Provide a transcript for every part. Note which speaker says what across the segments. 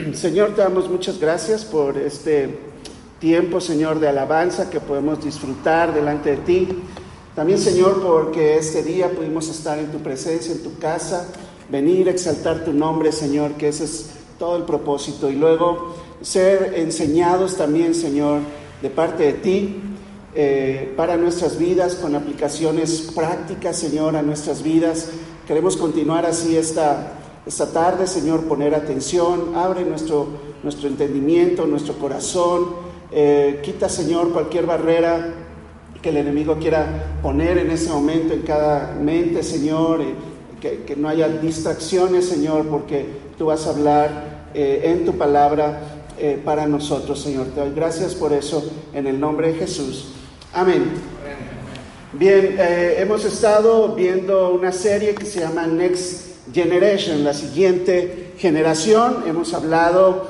Speaker 1: Señor, te damos muchas gracias por este tiempo, Señor, de alabanza que podemos disfrutar delante de ti. También, Señor, porque este día pudimos estar en tu presencia, en tu casa, venir a exaltar tu nombre, Señor, que ese es todo el propósito. Y luego ser enseñados también, Señor, de parte de ti, para nuestras vidas, con aplicaciones prácticas, Señor, a nuestras vidas. Queremos continuar así esta tarde, Señor, poner atención, abre nuestro entendimiento, nuestro corazón, quita, Señor, cualquier barrera que el enemigo quiera poner en ese momento en cada mente, Señor, que no haya distracciones, Señor, porque tú vas a hablar en tu palabra para nosotros, Señor. Te doy gracias por eso, en el nombre de Jesús. Amén. Bien, hemos estado viendo una serie que se llama Next Generation, la siguiente generación. Hemos hablado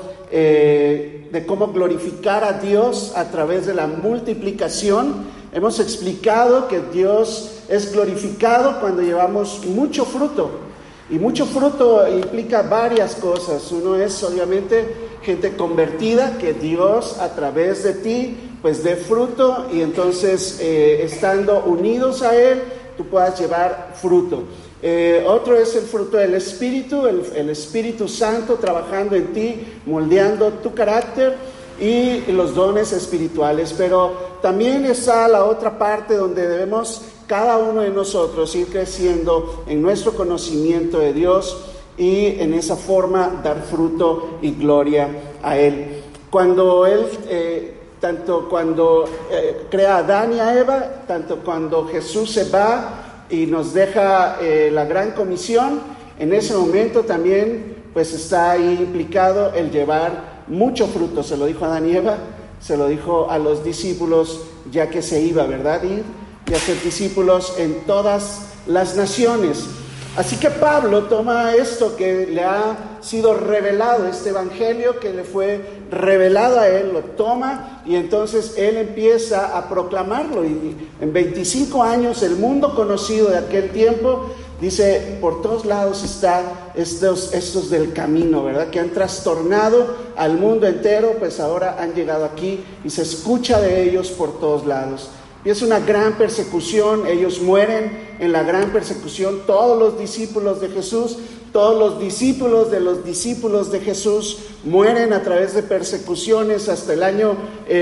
Speaker 1: de cómo glorificar a Dios a través de la multiplicación. Hemos explicado que Dios es glorificado cuando llevamos mucho fruto. Y mucho fruto implica varias cosas. Uno es, obviamente, gente convertida, que Dios a través de ti pues dé fruto, y entonces estando unidos a Él, tú puedas llevar fruto. Otro es el fruto del Espíritu, el Espíritu Santo trabajando en ti, moldeando tu carácter, y los dones espirituales. Pero también está la otra parte donde debemos cada uno de nosotros ir creciendo en nuestro conocimiento de Dios y en esa forma dar fruto y gloria a Él. Cuando Él, tanto cuando crea a Adán y a Eva, tanto cuando Jesús se va y nos deja la gran comisión, en ese momento también pues está ahí implicado el llevar mucho fruto. Se lo dijo a Adán y Eva, se lo dijo a los discípulos ya que se iba, ¿verdad? Ir y hacer discípulos en todas las naciones. Así que Pablo toma esto que le ha sido revelado, este evangelio que le fue revelado a él, lo toma y entonces él empieza a proclamarlo. Y en 25 años el mundo conocido de aquel tiempo, dice, por todos lados está estos del camino, ¿verdad? Que han trastornado al mundo entero, pues ahora han llegado aquí y se escucha de ellos por todos lados. Y es una gran persecución, ellos mueren en la gran persecución, todos los discípulos de Jesús, todos los discípulos de Jesús mueren a través de persecuciones hasta el año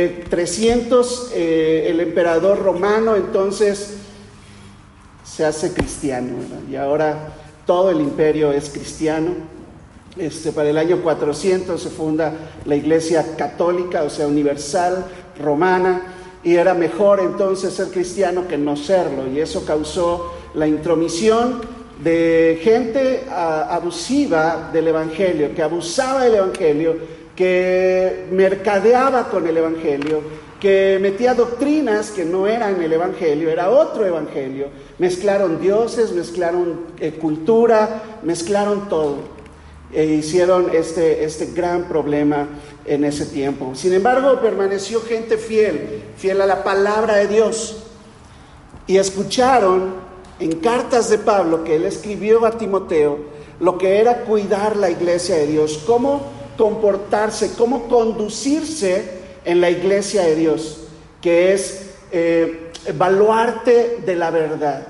Speaker 1: 300, el emperador romano entonces se hace cristiano, ¿verdad? Y ahora todo el imperio es cristiano. Para el año 400 se funda la Iglesia Católica, o sea, universal, romana. Y era mejor entonces ser cristiano que no serlo, y eso causó la intromisión de gente abusiva del evangelio, que abusaba del evangelio, que mercadeaba con el evangelio, que metía doctrinas que no eran el evangelio, era otro evangelio. Mezclaron dioses, mezclaron cultura, mezclaron todo. E hicieron este gran problema en ese tiempo. Sin embargo, permaneció gente fiel a la palabra de Dios, y escucharon en cartas de Pablo que él escribió a Timoteo lo que era cuidar la iglesia de Dios, cómo comportarse, cómo conducirse en la iglesia de Dios, que es baluarte de la verdad.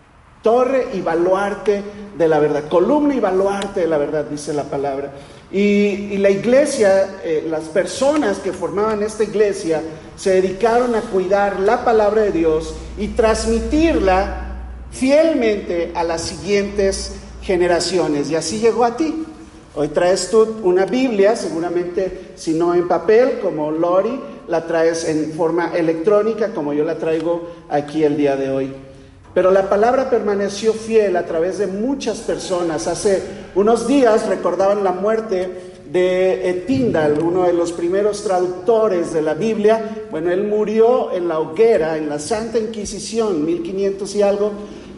Speaker 1: Torre y baluarte de la verdad, columna y baluarte de la verdad, dice la palabra. Y la iglesia, las personas que formaban esta iglesia se dedicaron a cuidar la palabra de Dios y transmitirla fielmente a las siguientes generaciones. Y así llegó a ti. Hoy traes tú una Biblia, seguramente si no en papel como Lori, la traes en forma electrónica como yo la traigo aquí el día de hoy. Pero la palabra permaneció fiel a través de muchas personas. Hace unos días recordaban la muerte de Tyndale, uno de los primeros traductores de la Biblia. Bueno, él murió en la hoguera, en la Santa Inquisición, 1500 y algo,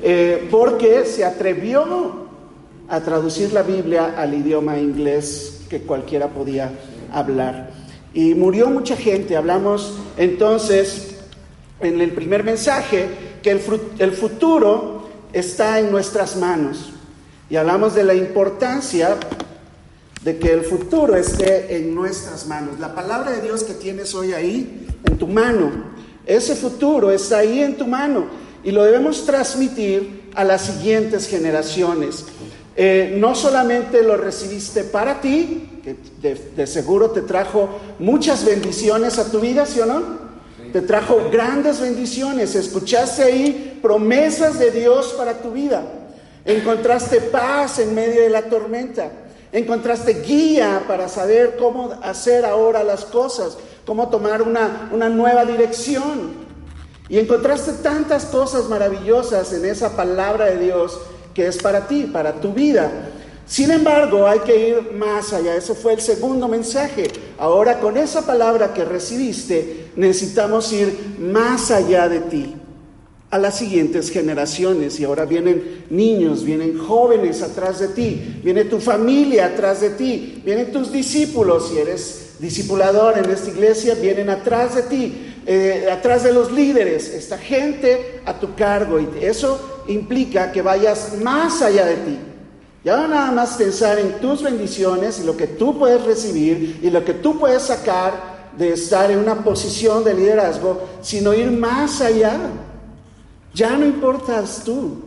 Speaker 1: porque se atrevió a traducir la Biblia al idioma inglés que cualquiera podía hablar. Y murió mucha gente. Hablamos entonces en el primer mensaje que el futuro está en nuestras manos. Y hablamos de la importancia de que el futuro esté en nuestras manos. La palabra de Dios que tienes hoy ahí, en tu mano, ese futuro está ahí en tu mano y lo debemos transmitir a las siguientes generaciones. No solamente lo recibiste para ti, que de seguro te trajo muchas bendiciones a tu vida, ¿sí o no? Sí. Te trajo grandes bendiciones, escuchaste ahí promesas de Dios para tu vida, encontraste paz en medio de la tormenta, encontraste guía para saber cómo hacer ahora las cosas, cómo tomar una nueva dirección. Y encontraste tantas cosas maravillosas en esa palabra de Dios que es para ti, para tu vida. Sin embargo, hay que ir más allá. Ese fue el segundo mensaje. Ahora, con esa palabra que recibiste, necesitamos ir más allá de ti, a las siguientes generaciones. Y ahora vienen niños, vienen jóvenes atrás de ti, viene tu familia atrás de ti, vienen tus discípulos, si eres discipulador en esta iglesia, vienen atrás de ti, atrás de los líderes, esta gente a tu cargo, y eso implica que vayas más allá de ti. Ya no nada más pensar en tus bendiciones y lo que tú puedes recibir y lo que tú puedes sacar de estar en una posición de liderazgo, sino ir más allá. Ya no importas tú,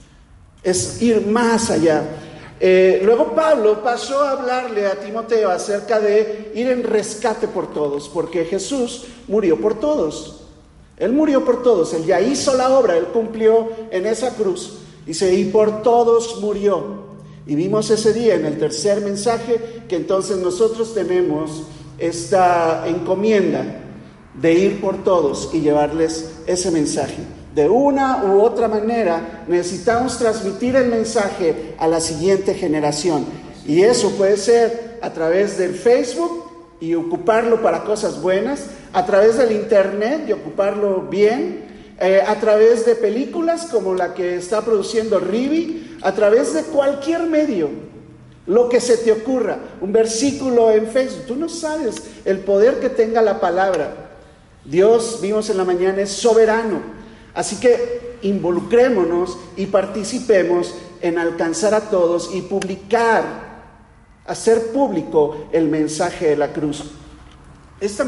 Speaker 1: es ir más allá. Luego Pablo pasó a hablarle a Timoteo acerca de ir en rescate por todos, porque Jesús murió por todos. Él murió por todos, Él ya hizo la obra, Él cumplió en esa cruz. Dice, y por todos murió. Y vimos ese día en el tercer mensaje que entonces nosotros tenemos esta encomienda de ir por todos y llevarles ese mensaje. De una u otra manera necesitamos transmitir el mensaje a la siguiente generación. Y eso puede ser a través del Facebook y ocuparlo para cosas buenas, a través del internet y ocuparlo bien, a través de películas como la que está produciendo Rivi, a través de cualquier medio, lo que se te ocurra, un versículo en Facebook. Tú no sabes el poder que tenga la palabra. Dios, vimos en la mañana, es soberano. Así que involucrémonos y participemos en alcanzar a todos y publicar, hacer público el mensaje de la cruz. Esta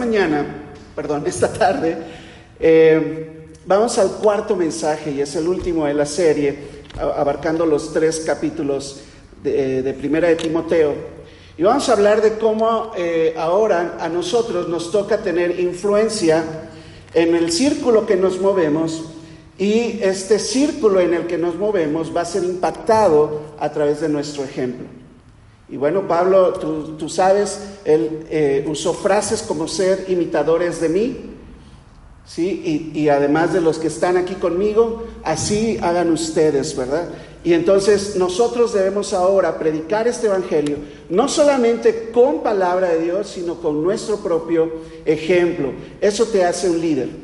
Speaker 1: tarde, vamos al cuarto mensaje y es el último de la serie, abarcando los 3 capítulos de Primera de Timoteo. Y vamos a hablar de cómo ahora a nosotros nos toca tener influencia en el círculo que nos movemos, y este círculo en el que nos movemos va a ser impactado a través de nuestro ejemplo. Y bueno, Pablo, tú sabes, él usó frases como ser imitadores de mí, ¿sí? Y además de los que están aquí conmigo, así hagan ustedes, ¿verdad? Y entonces nosotros debemos ahora predicar este evangelio, no solamente con palabra de Dios, sino con nuestro propio ejemplo. Eso te hace un líder.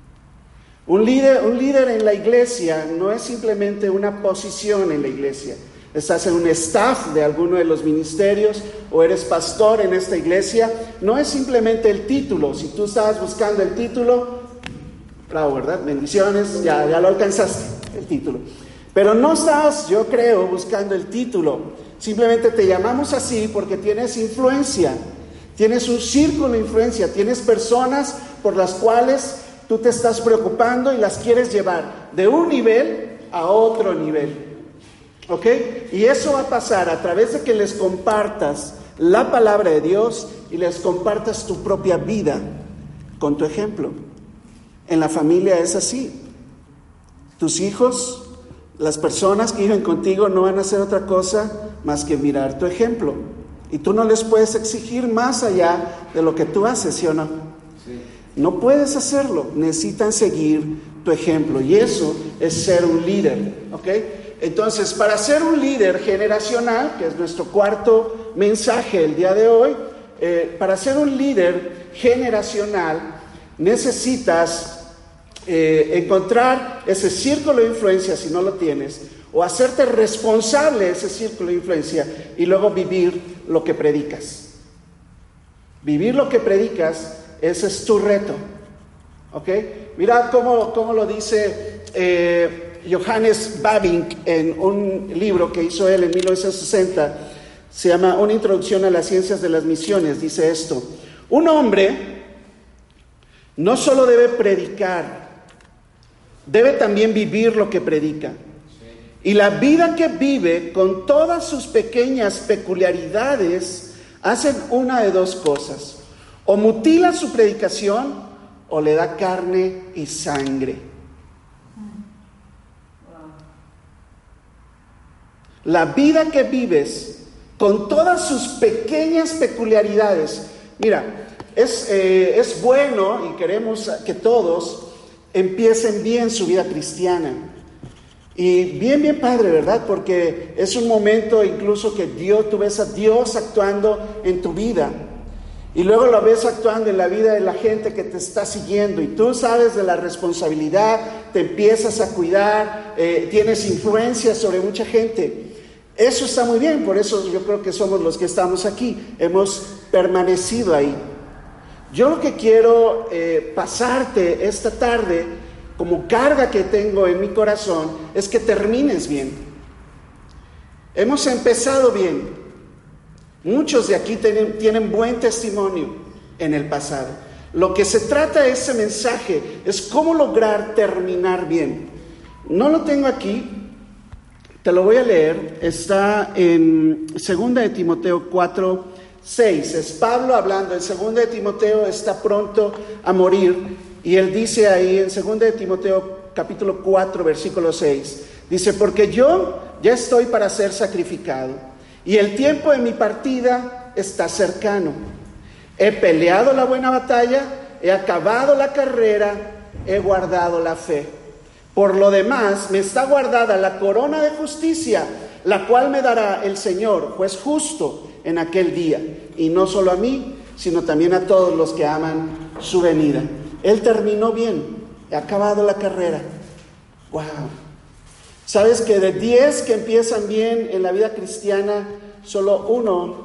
Speaker 1: Un líder en la iglesia no es simplemente una posición en la iglesia. Estás en un staff de alguno de los ministerios o eres pastor en esta iglesia. No es simplemente el título. Si tú estabas buscando el título, bravo, ¿verdad? Bendiciones, ya lo alcanzaste, el título. Pero no estás, yo creo, buscando el título. Simplemente te llamamos así porque tienes influencia. Tienes un círculo de influencia. Tienes personas por las cuales tú te estás preocupando y las quieres llevar de un nivel a otro nivel. ¿Ok? Y eso va a pasar a través de que les compartas la palabra de Dios y les compartas tu propia vida con tu ejemplo. En la familia es así. Tus hijos, las personas que viven contigo no van a hacer otra cosa más que mirar tu ejemplo. Y tú no les puedes exigir más allá de lo que tú haces, ¿sí o no? Sí. No puedes hacerlo, necesitan seguir tu ejemplo y eso es ser un líder, ¿ok? Entonces, para ser un líder generacional, que es nuestro cuarto mensaje el día de hoy, para ser un líder generacional necesitas encontrar ese círculo de influencia si no lo tienes, o hacerte responsable de ese círculo de influencia y luego vivir lo que predicas. Vivir lo que predicas, ese es tu reto, ¿ok? Mirad cómo lo dice Johannes Babink en un libro que hizo él en 1960. Se llama Una introducción a las ciencias de las misiones. Dice esto: un hombre no solo debe predicar, debe también vivir lo que predica. Y la vida que vive, con todas sus pequeñas peculiaridades, hacen una de dos cosas: o mutila su predicación o le da carne y sangre. La vida que vives, con todas sus pequeñas peculiaridades. Mira, es bueno y queremos que todos empiecen bien su vida cristiana. Y bien padre, ¿verdad? Porque es un momento incluso que tú ves a Dios actuando en tu vida. Y luego lo ves actuando en la vida de la gente que te está siguiendo. Y tú sabes de la responsabilidad, te empiezas a cuidar, tienes influencia sobre mucha gente. Eso está muy bien, por eso yo creo que somos los que estamos aquí. Hemos permanecido ahí. Yo lo que quiero pasarte esta tarde, como carga que tengo en mi corazón, es que termines bien. Hemos empezado bien. Muchos de aquí tienen buen testimonio en el pasado. Lo que se trata de ese mensaje es cómo lograr terminar bien. No lo tengo aquí, te lo voy a leer. Está en 2 de Timoteo 4:6. Es Pablo hablando. En 2 de Timoteo está pronto a morir. Y él dice ahí en 2 de Timoteo capítulo 4, versículo 6. Dice: porque yo ya estoy para ser sacrificado, y el tiempo de mi partida está cercano. He peleado la buena batalla, he acabado la carrera, he guardado la fe. Por lo demás, me está guardada la corona de justicia, la cual me dará el Señor, juez justo, en aquel día. Y no solo a mí, sino también a todos los que aman su venida. Él terminó bien, he acabado la carrera. ¡Wow! ¿Sabes que de 10 que empiezan bien en la vida cristiana, solo uno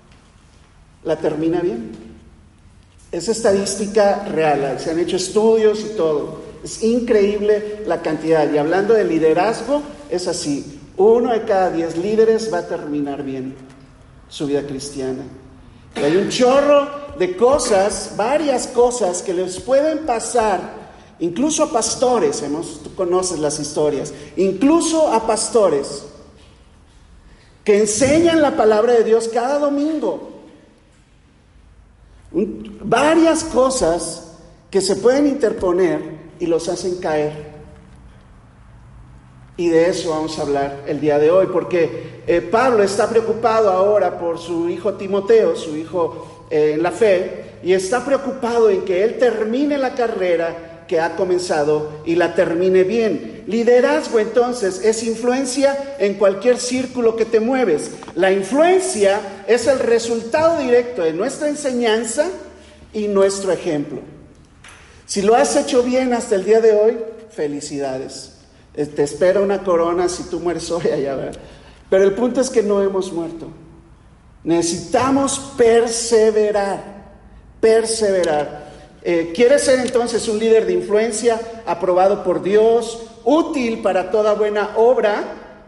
Speaker 1: la termina bien? Es estadística real, se han hecho estudios y todo. Es increíble la cantidad. Y hablando de liderazgo, es así: 1 de cada 10 líderes va a terminar bien su vida cristiana. Y hay un chorro de cosas, varias cosas que les pueden pasar, incluso a pastores. Tú conoces las historias, incluso a pastores que enseñan la palabra de Dios cada domingo. Varias cosas que se pueden interponer y los hacen caer. Y de eso vamos a hablar el día de hoy, porque Pablo está preocupado ahora por su hijo Timoteo, su hijo en la fe, y está preocupado en que él termine la carrera que ha comenzado y la termine bien. Liderazgo, entonces, es influencia en cualquier círculo que te mueves. La influencia es el resultado directo de nuestra enseñanza y nuestro ejemplo. Si lo has hecho bien hasta el día de hoy, felicidades. Te espera una corona si tú mueres hoy allá, ¿verdad? Pero el punto es que no hemos muerto. Necesitamos perseverar. ¿Quieres ser entonces un líder de influencia, aprobado por Dios, útil para toda buena obra?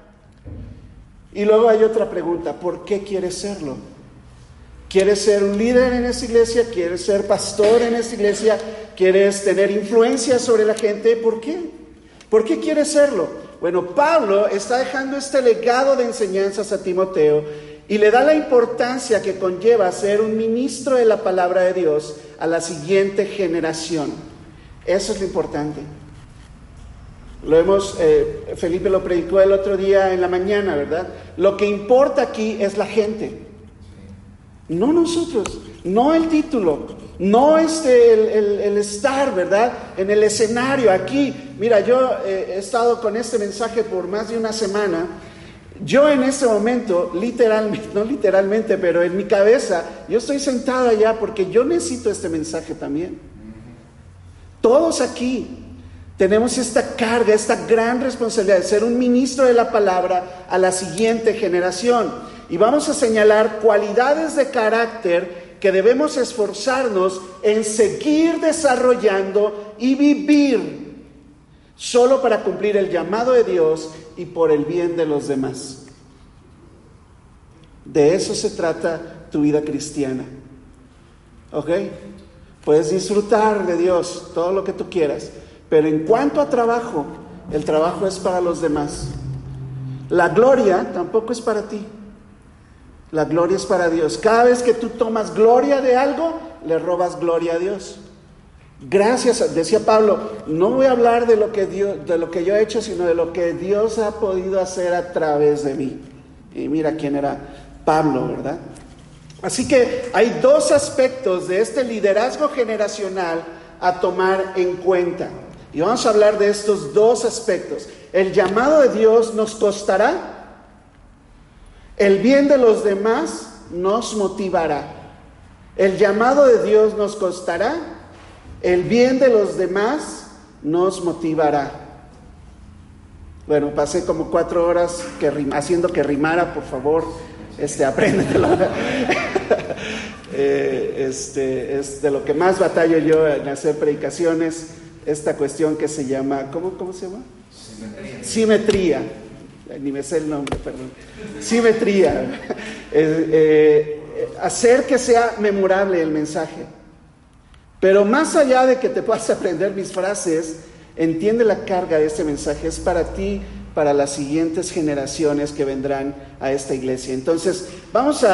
Speaker 1: Y luego hay otra pregunta: ¿por qué quieres serlo? ¿Quieres ser un líder en esta iglesia? ¿Quieres ser pastor en esta iglesia? ¿Quieres tener influencia sobre la gente? ¿Por qué? ¿Por qué quieres serlo? Bueno, Pablo está dejando este legado de enseñanzas a Timoteo y le da la importancia que conlleva ser un ministro de la palabra de Dios a la siguiente generación. Eso es lo importante. Felipe lo predicó el otro día en la mañana, ¿verdad? Lo que importa aquí es la gente. No nosotros, no el título, no el estar, ¿verdad? En el escenario aquí. Mira, yo he estado con este mensaje por más de una semana. Yo en este momento, literalmente, no literalmente, pero en mi cabeza, yo estoy sentado allá porque yo necesito este mensaje también. Todos aquí tenemos esta carga, esta gran responsabilidad de ser un ministro de la palabra a la siguiente generación. Y vamos a señalar cualidades de carácter que debemos esforzarnos en seguir desarrollando y vivir solo para cumplir el llamado de Dios y por el bien de los demás. De eso se trata tu vida cristiana. ¿Ok? Puedes disfrutar de Dios todo lo que tú quieras, pero en cuanto a trabajo, el trabajo es para los demás. La gloria tampoco es para ti. La gloria es para Dios. Cada vez que tú tomas gloria de algo, le robas gloria a Dios. Gracias, decía Pablo, no voy a hablar de lo que yo he hecho, sino de lo que Dios ha podido hacer a través de mí. Y mira quién era Pablo, ¿verdad? Así que hay dos aspectos de este liderazgo generacional a tomar en cuenta. Y vamos a hablar de estos dos aspectos. El llamado de Dios nos costará. El bien de los demás nos motivará. El llamado de Dios nos costará. El bien de los demás nos motivará. Bueno, pasé como 4 horas haciendo que rimara, por favor, apréndetelo. Es de lo que más batallo yo en hacer predicaciones, esta cuestión que se llama, ¿cómo se llama? Simetría. Ni me sé el nombre, perdón. Simetría. Hacer que sea memorable el mensaje. Pero más allá de que te puedas aprender mis frases, entiende la carga de este mensaje. Es para ti, para las siguientes generaciones que vendrán a esta iglesia. Entonces, vamos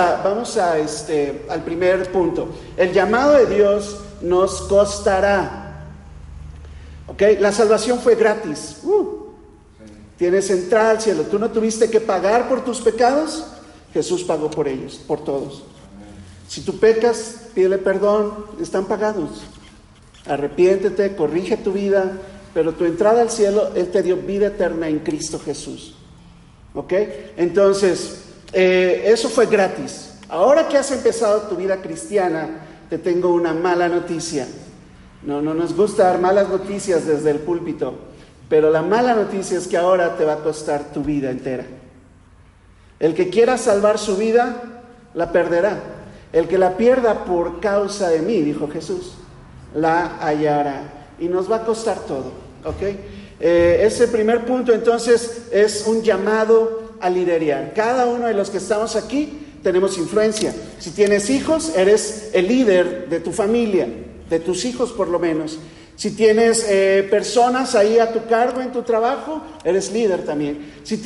Speaker 1: al primer punto. El llamado de Dios nos costará. ¿Ok? La salvación fue gratis. Tienes entrada al cielo. Tú no tuviste que pagar por tus pecados. Jesús pagó por ellos, por todos. Si tú pecas, pídele perdón, están pagados. Arrepiéntete, corrige tu vida, pero tu entrada al cielo, Él te dio vida eterna en Cristo Jesús. ¿Ok? Entonces, eso fue gratis. Ahora que has empezado tu vida cristiana, te tengo una mala noticia. No nos gusta dar malas noticias desde el púlpito, pero la mala noticia es que ahora te va a costar tu vida entera. El que quiera salvar su vida, la perderá. El que la pierda por causa de mí, dijo Jesús, la hallará. Y nos va a costar todo, ¿ok? Ese primer punto, entonces, es un llamado a liderar. Cada uno de los que estamos aquí tenemos influencia. Si tienes hijos, eres el líder de tu familia, de tus hijos por lo menos. Si tienes personas ahí a tu cargo en tu trabajo, eres líder también. Si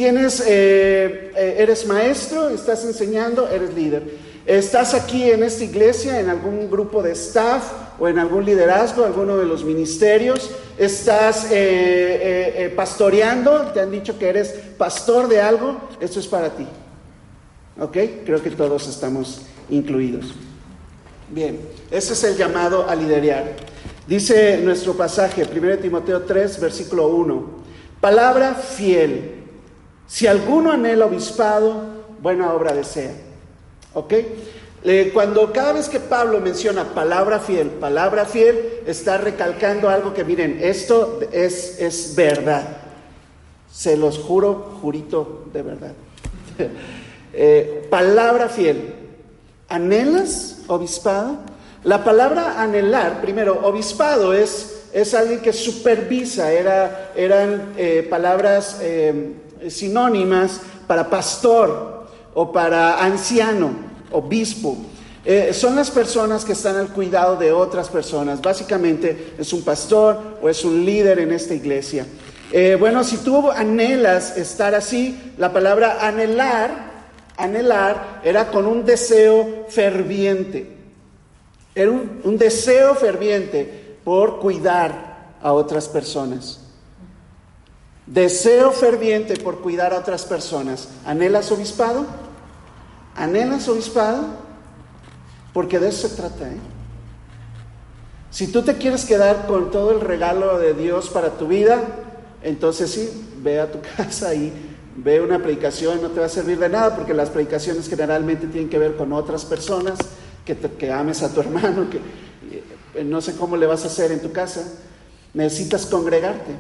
Speaker 1: eres maestro, estás enseñando, eres líder. Estás aquí en esta iglesia, en algún grupo de staff o en algún liderazgo, alguno de los ministerios. Estás pastoreando, te han dicho que eres pastor de algo, esto es para ti. ¿Ok? Creo que todos estamos incluidos. Bien, ese es el llamado a liderar. Dice nuestro pasaje, 1 Timoteo 3, versículo 1. Palabra fiel. Si alguno anhela obispado, buena obra desea. ¿Ok? Cada vez que Pablo menciona palabra fiel, está recalcando algo que miren, esto es verdad. Se los juro, jurito de verdad. Palabra fiel. ¿Anhelas obispado? La palabra anhelar, primero, obispado es alguien que supervisa, eran palabras sinónimas para pastor o para anciano, obispo. Son las personas que están al cuidado de otras personas. Básicamente es un pastor o es un líder en esta iglesia. Si tú anhelas estar así, la palabra anhelar era con un deseo ferviente. Era un deseo ferviente por cuidar a otras personas. Deseo ferviente por cuidar a otras personas. ¿Anhelas obispado? ¿Anhelas obispado? Porque de eso se trata, Si tú te quieres quedar con todo el regalo de Dios para tu vida, entonces sí, ve a tu casa y ve una predicación. No te va a servir de nada porque las predicaciones generalmente tienen que ver con otras personas, que ames a tu hermano, que no sé cómo le vas a hacer en tu casa. Necesitas congregarte.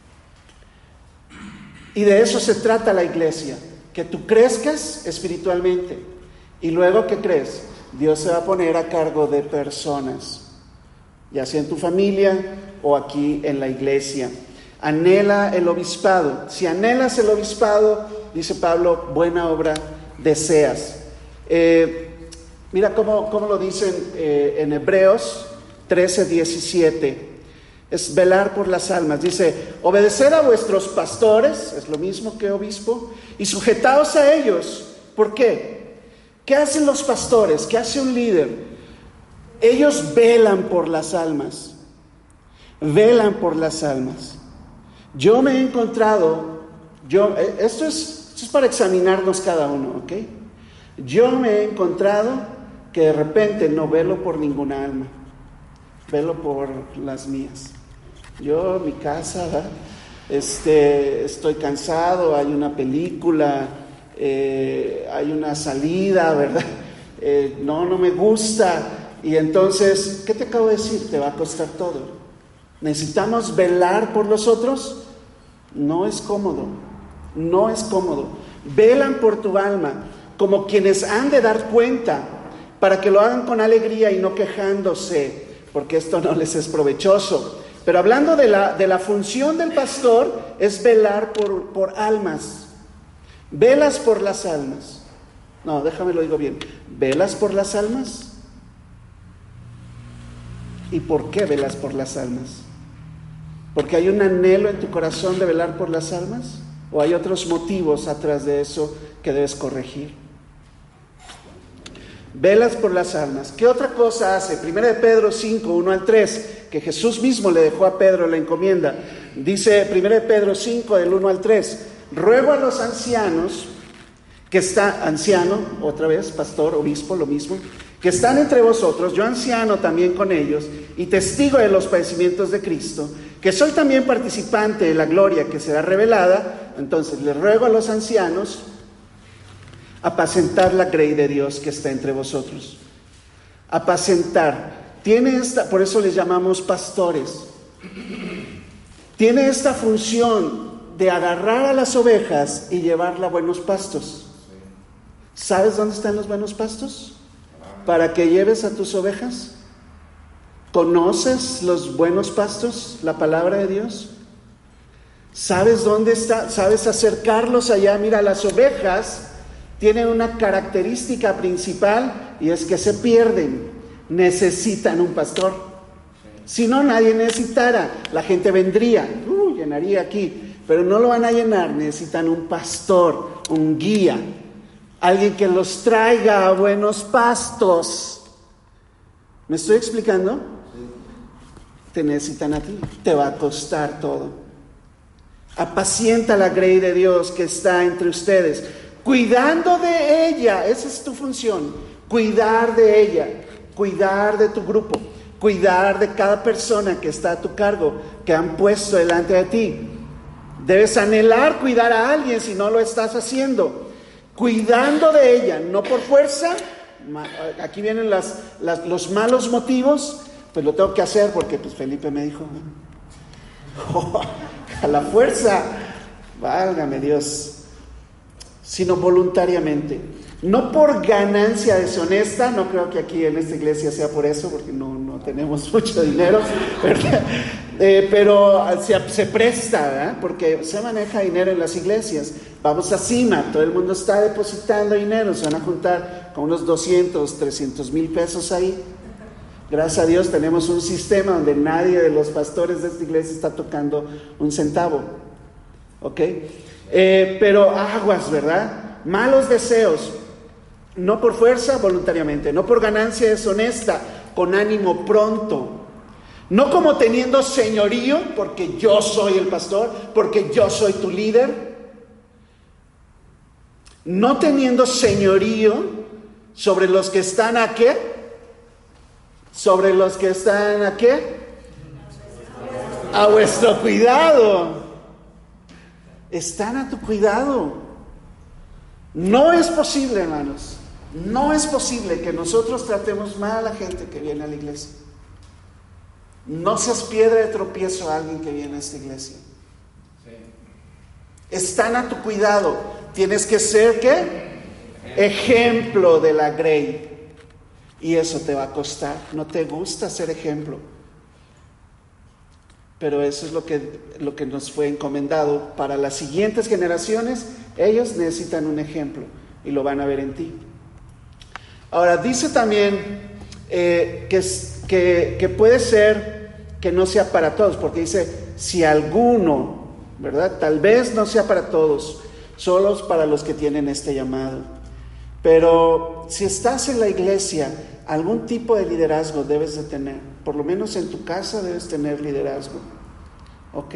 Speaker 1: Y de eso se trata la iglesia, que tú crezcas espiritualmente. Y luego, ¿qué crees? Dios se va a poner a cargo de personas, ya sea en tu familia o aquí en la iglesia. Anhela el obispado. Si anhelas el obispado, dice Pablo, buena obra deseas. Mira cómo lo dicen en Hebreos 13:17. Es velar por las almas. Dice, obedeced a vuestros pastores, es lo mismo que obispo, y sujetaos a ellos. ¿Por qué? ¿Qué hacen los pastores? ¿Qué hace un líder? Ellos velan por las almas. Velan por las almas. Yo me he encontrado, esto es para examinarnos cada uno, ¿ok? Yo me he encontrado que de repente no velo por ninguna alma, velo por las mías. Yo, mi casa, ¿verdad? Estoy cansado, hay una película, hay una salida, ¿verdad? No me gusta. Y entonces, ¿qué te acabo de decir? Te va a costar todo. ¿Necesitamos velar por los otros? No es cómodo, no es cómodo. Velan por tu alma, como quienes han de dar cuenta, para que lo hagan con alegría y no quejándose, porque esto no les es provechoso. Pero hablando de la función del pastor, es velar por almas. Velas por las almas. No, déjame lo digo bien. ¿Velas por las almas? ¿Y por qué velas por las almas? ¿Porque hay un anhelo en tu corazón de velar por las almas? ¿O hay otros motivos atrás de eso que debes corregir? Velas por las almas. ¿Qué otra cosa hace? 1 Pedro 5, 1 al 3, que Jesús mismo le dejó a Pedro la encomienda. Dice 1 Pedro 5, del 1 al 3, ruego a los ancianos, anciano, otra vez, pastor, obispo, lo mismo, que están entre vosotros, yo anciano también con ellos, y testigo de los padecimientos de Cristo, que soy también participante de la gloria que será revelada. Entonces les ruego a los ancianos apacentar la grey de Dios que está entre vosotros. Apacentar. Por eso les llamamos pastores. Tiene esta función de agarrar a las ovejas y llevarla a buenos pastos. ¿Sabes dónde están los buenos pastos? Para que lleves a tus ovejas. ¿Conoces los buenos pastos? La palabra de Dios. ¿Sabes dónde está? ¿Sabes acercarlos allá? Mira, las ovejas tienen una característica principal y es que se pierden. Necesitan un pastor. Si no, nadie necesitara. La gente vendría, llenaría aquí, pero no lo van a llenar. Necesitan un pastor, un guía, alguien que los traiga a buenos pastos. ¿Me estoy explicando? Te necesitan a ti. Te va a costar todo. Apacienta la grey de Dios que está entre ustedes, cuidando de ella. Esa es tu función. Cuidar de ella. Cuidar de tu grupo, cuidar de cada persona que está a tu cargo, que han puesto delante de ti. Debes anhelar cuidar a alguien si no lo estás haciendo, cuidando de ella, no por fuerza. Aquí vienen los malos motivos. Pues lo tengo que hacer porque pues Felipe me dijo, a la fuerza, válgame Dios, sino voluntariamente. No por ganancia deshonesta, no creo que aquí en esta iglesia sea por eso, porque no tenemos mucho dinero, ¿verdad? Pero se presta, ¿verdad? Porque se maneja dinero en las iglesias. Vamos a CIMA, todo el mundo está depositando dinero, se van a juntar con unos 200, 300 mil pesos ahí. Gracias a Dios tenemos un sistema donde nadie de los pastores de esta iglesia está tocando un centavo, ¿ok? Pero aguas, ¿verdad? Malos deseos. No por fuerza, voluntariamente. No por ganancia deshonesta, con ánimo pronto. No como teniendo señorío, porque yo soy el pastor, porque yo soy tu líder. No teniendo señorío sobre los que están ¿a qué? Sobre los que están ¿a qué? A vuestro cuidado. Están a tu cuidado. No es posible, hermanos. No es posible que nosotros tratemos mal a la gente que viene a la iglesia. No seas piedra de tropiezo a alguien que viene a esta iglesia. Están a tu cuidado. Tienes que ser ¿qué? Ejemplo de la grey. Y eso te va a costar. No te gusta ser ejemplo. Pero eso es lo que nos fue encomendado. Para las siguientes generaciones, ellos necesitan un ejemplo. Y lo van a ver en ti. Ahora, dice también que puede ser que no sea para todos, porque dice, si alguno, ¿verdad? Tal vez no sea para todos, solo para los que tienen este llamado. Pero si estás en la iglesia, algún tipo de liderazgo debes de tener. Por lo menos en tu casa debes tener liderazgo. ¿Ok?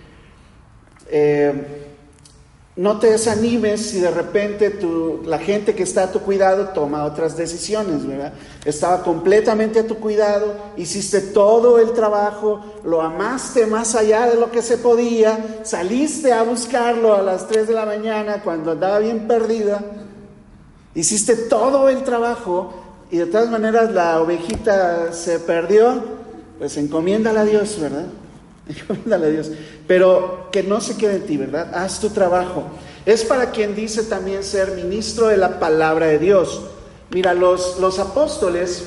Speaker 1: No te desanimes si de repente la gente que está a tu cuidado toma otras decisiones, ¿verdad? Estaba completamente a tu cuidado, hiciste todo el trabajo, lo amaste más allá de lo que se podía, saliste a buscarlo a las 3 de la mañana cuando andaba bien perdida, hiciste todo el trabajo y de todas maneras la ovejita se perdió, pues encomiéndala a Dios, ¿verdad? Encomiéndala a Dios, pero que no se quede en ti, ¿verdad? Haz tu trabajo. Es para quien dice también ser ministro de la palabra de Dios. Mira, los apóstoles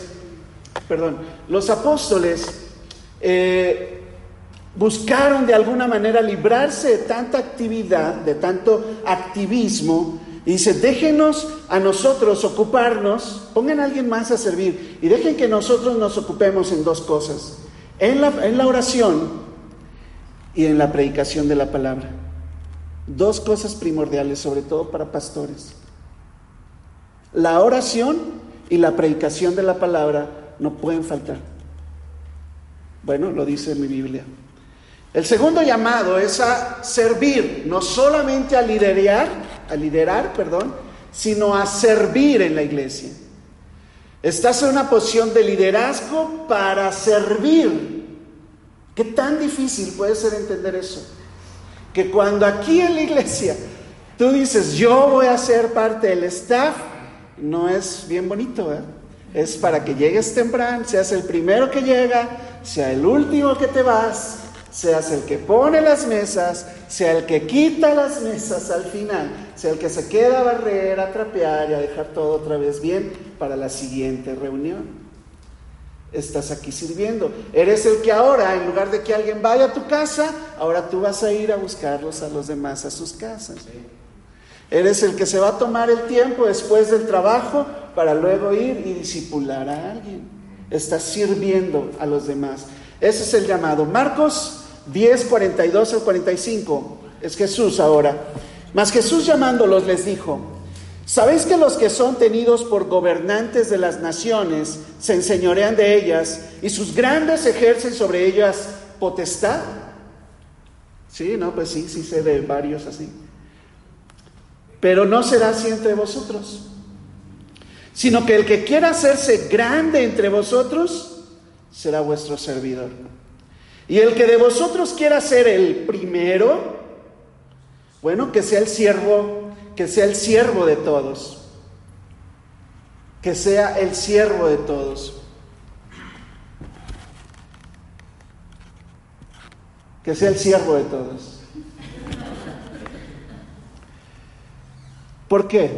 Speaker 1: buscaron de alguna manera librarse de tanta actividad, de tanto activismo. Y dice, déjenos a nosotros ocuparnos, pongan a alguien más a servir y dejen que nosotros nos ocupemos en dos cosas, en la oración y en la predicación de la palabra. Dos cosas primordiales, sobre todo para pastores. La oración y la predicación de la palabra no pueden faltar. Bueno, lo dice mi Biblia. El segundo llamado es a servir, no solamente a liderar, sino a servir en la iglesia. Estás en una posición de liderazgo para servir. ¿Qué tan difícil puede ser entender eso? Que cuando aquí en la iglesia tú dices, yo voy a ser parte del staff, no es bien bonito, ¿verdad? Es para que llegues temprano, seas el primero que llega, sea el último que te vas, seas el que pone las mesas, sea el que quita las mesas al final, sea el que se queda a barrer, a trapear y a dejar todo otra vez bien para la siguiente reunión. Estás aquí sirviendo. Eres el que ahora, en lugar de que alguien vaya a tu casa, ahora tú vas a ir a buscarlos a los demás a sus casas. Eres el que se va a tomar el tiempo después del trabajo para luego ir y discipular a alguien. Estás sirviendo a los demás. Ese es el llamado. Marcos 10, 42 al 45. Es Jesús ahora. Mas Jesús llamándolos les dijo: ¿sabéis que los que son tenidos por gobernantes de las naciones se enseñorean de ellas y sus grandes ejercen sobre ellas potestad? Sí, no, pues sí sé de varios así. Pero no será así entre vosotros, sino que el que quiera hacerse grande entre vosotros será vuestro servidor. Y el que de vosotros quiera ser el primero, bueno, que sea el siervo de todos. Que sea el siervo de todos. Que sea el siervo de todos. ¿Por qué?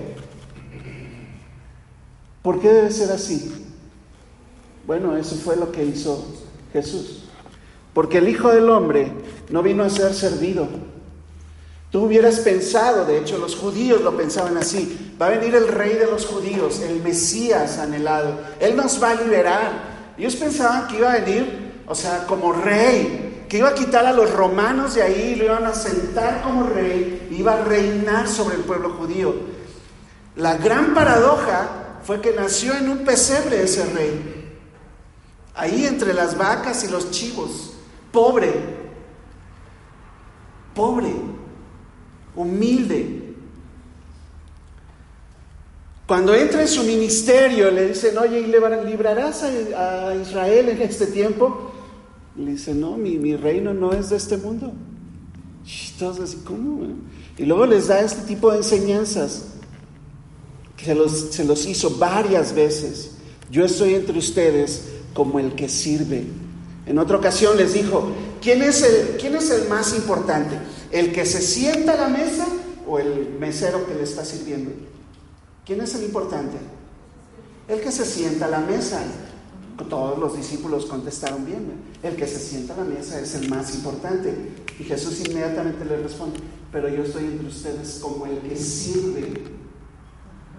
Speaker 1: ¿Por qué debe ser así? Bueno, eso fue lo que hizo Jesús. Porque el Hijo del Hombre no vino a ser servido. Tú hubieras pensado, de hecho los judíos lo pensaban así: va a venir el rey de los judíos, el Mesías anhelado, Él nos va a liberar. Ellos pensaban que iba a venir, como rey, que iba a quitar a los romanos de ahí, lo iban a sentar como rey, iba a reinar sobre el pueblo judío. La gran paradoja fue que nació en un pesebre ese rey, ahí entre las vacas y los chivos, pobre, humilde. Cuando entra en su ministerio le dicen: oye, ¿y librarás a Israel en este tiempo? Le dice: no, mi reino no es de este mundo. Y todos así, ¿cómo? Y luego les da este tipo de enseñanzas que se los hizo varias veces. Yo estoy entre ustedes como el que sirve. En otra ocasión les dijo: ¿quién es el más importante? ¿El que se sienta a la mesa o el mesero que le está sirviendo? ¿Quién es el importante? El que se sienta a la mesa. Todos los discípulos contestaron bien, ¿no? El que se sienta a la mesa es el más importante. Y Jesús inmediatamente le responde: pero yo estoy entre ustedes como el que sirve.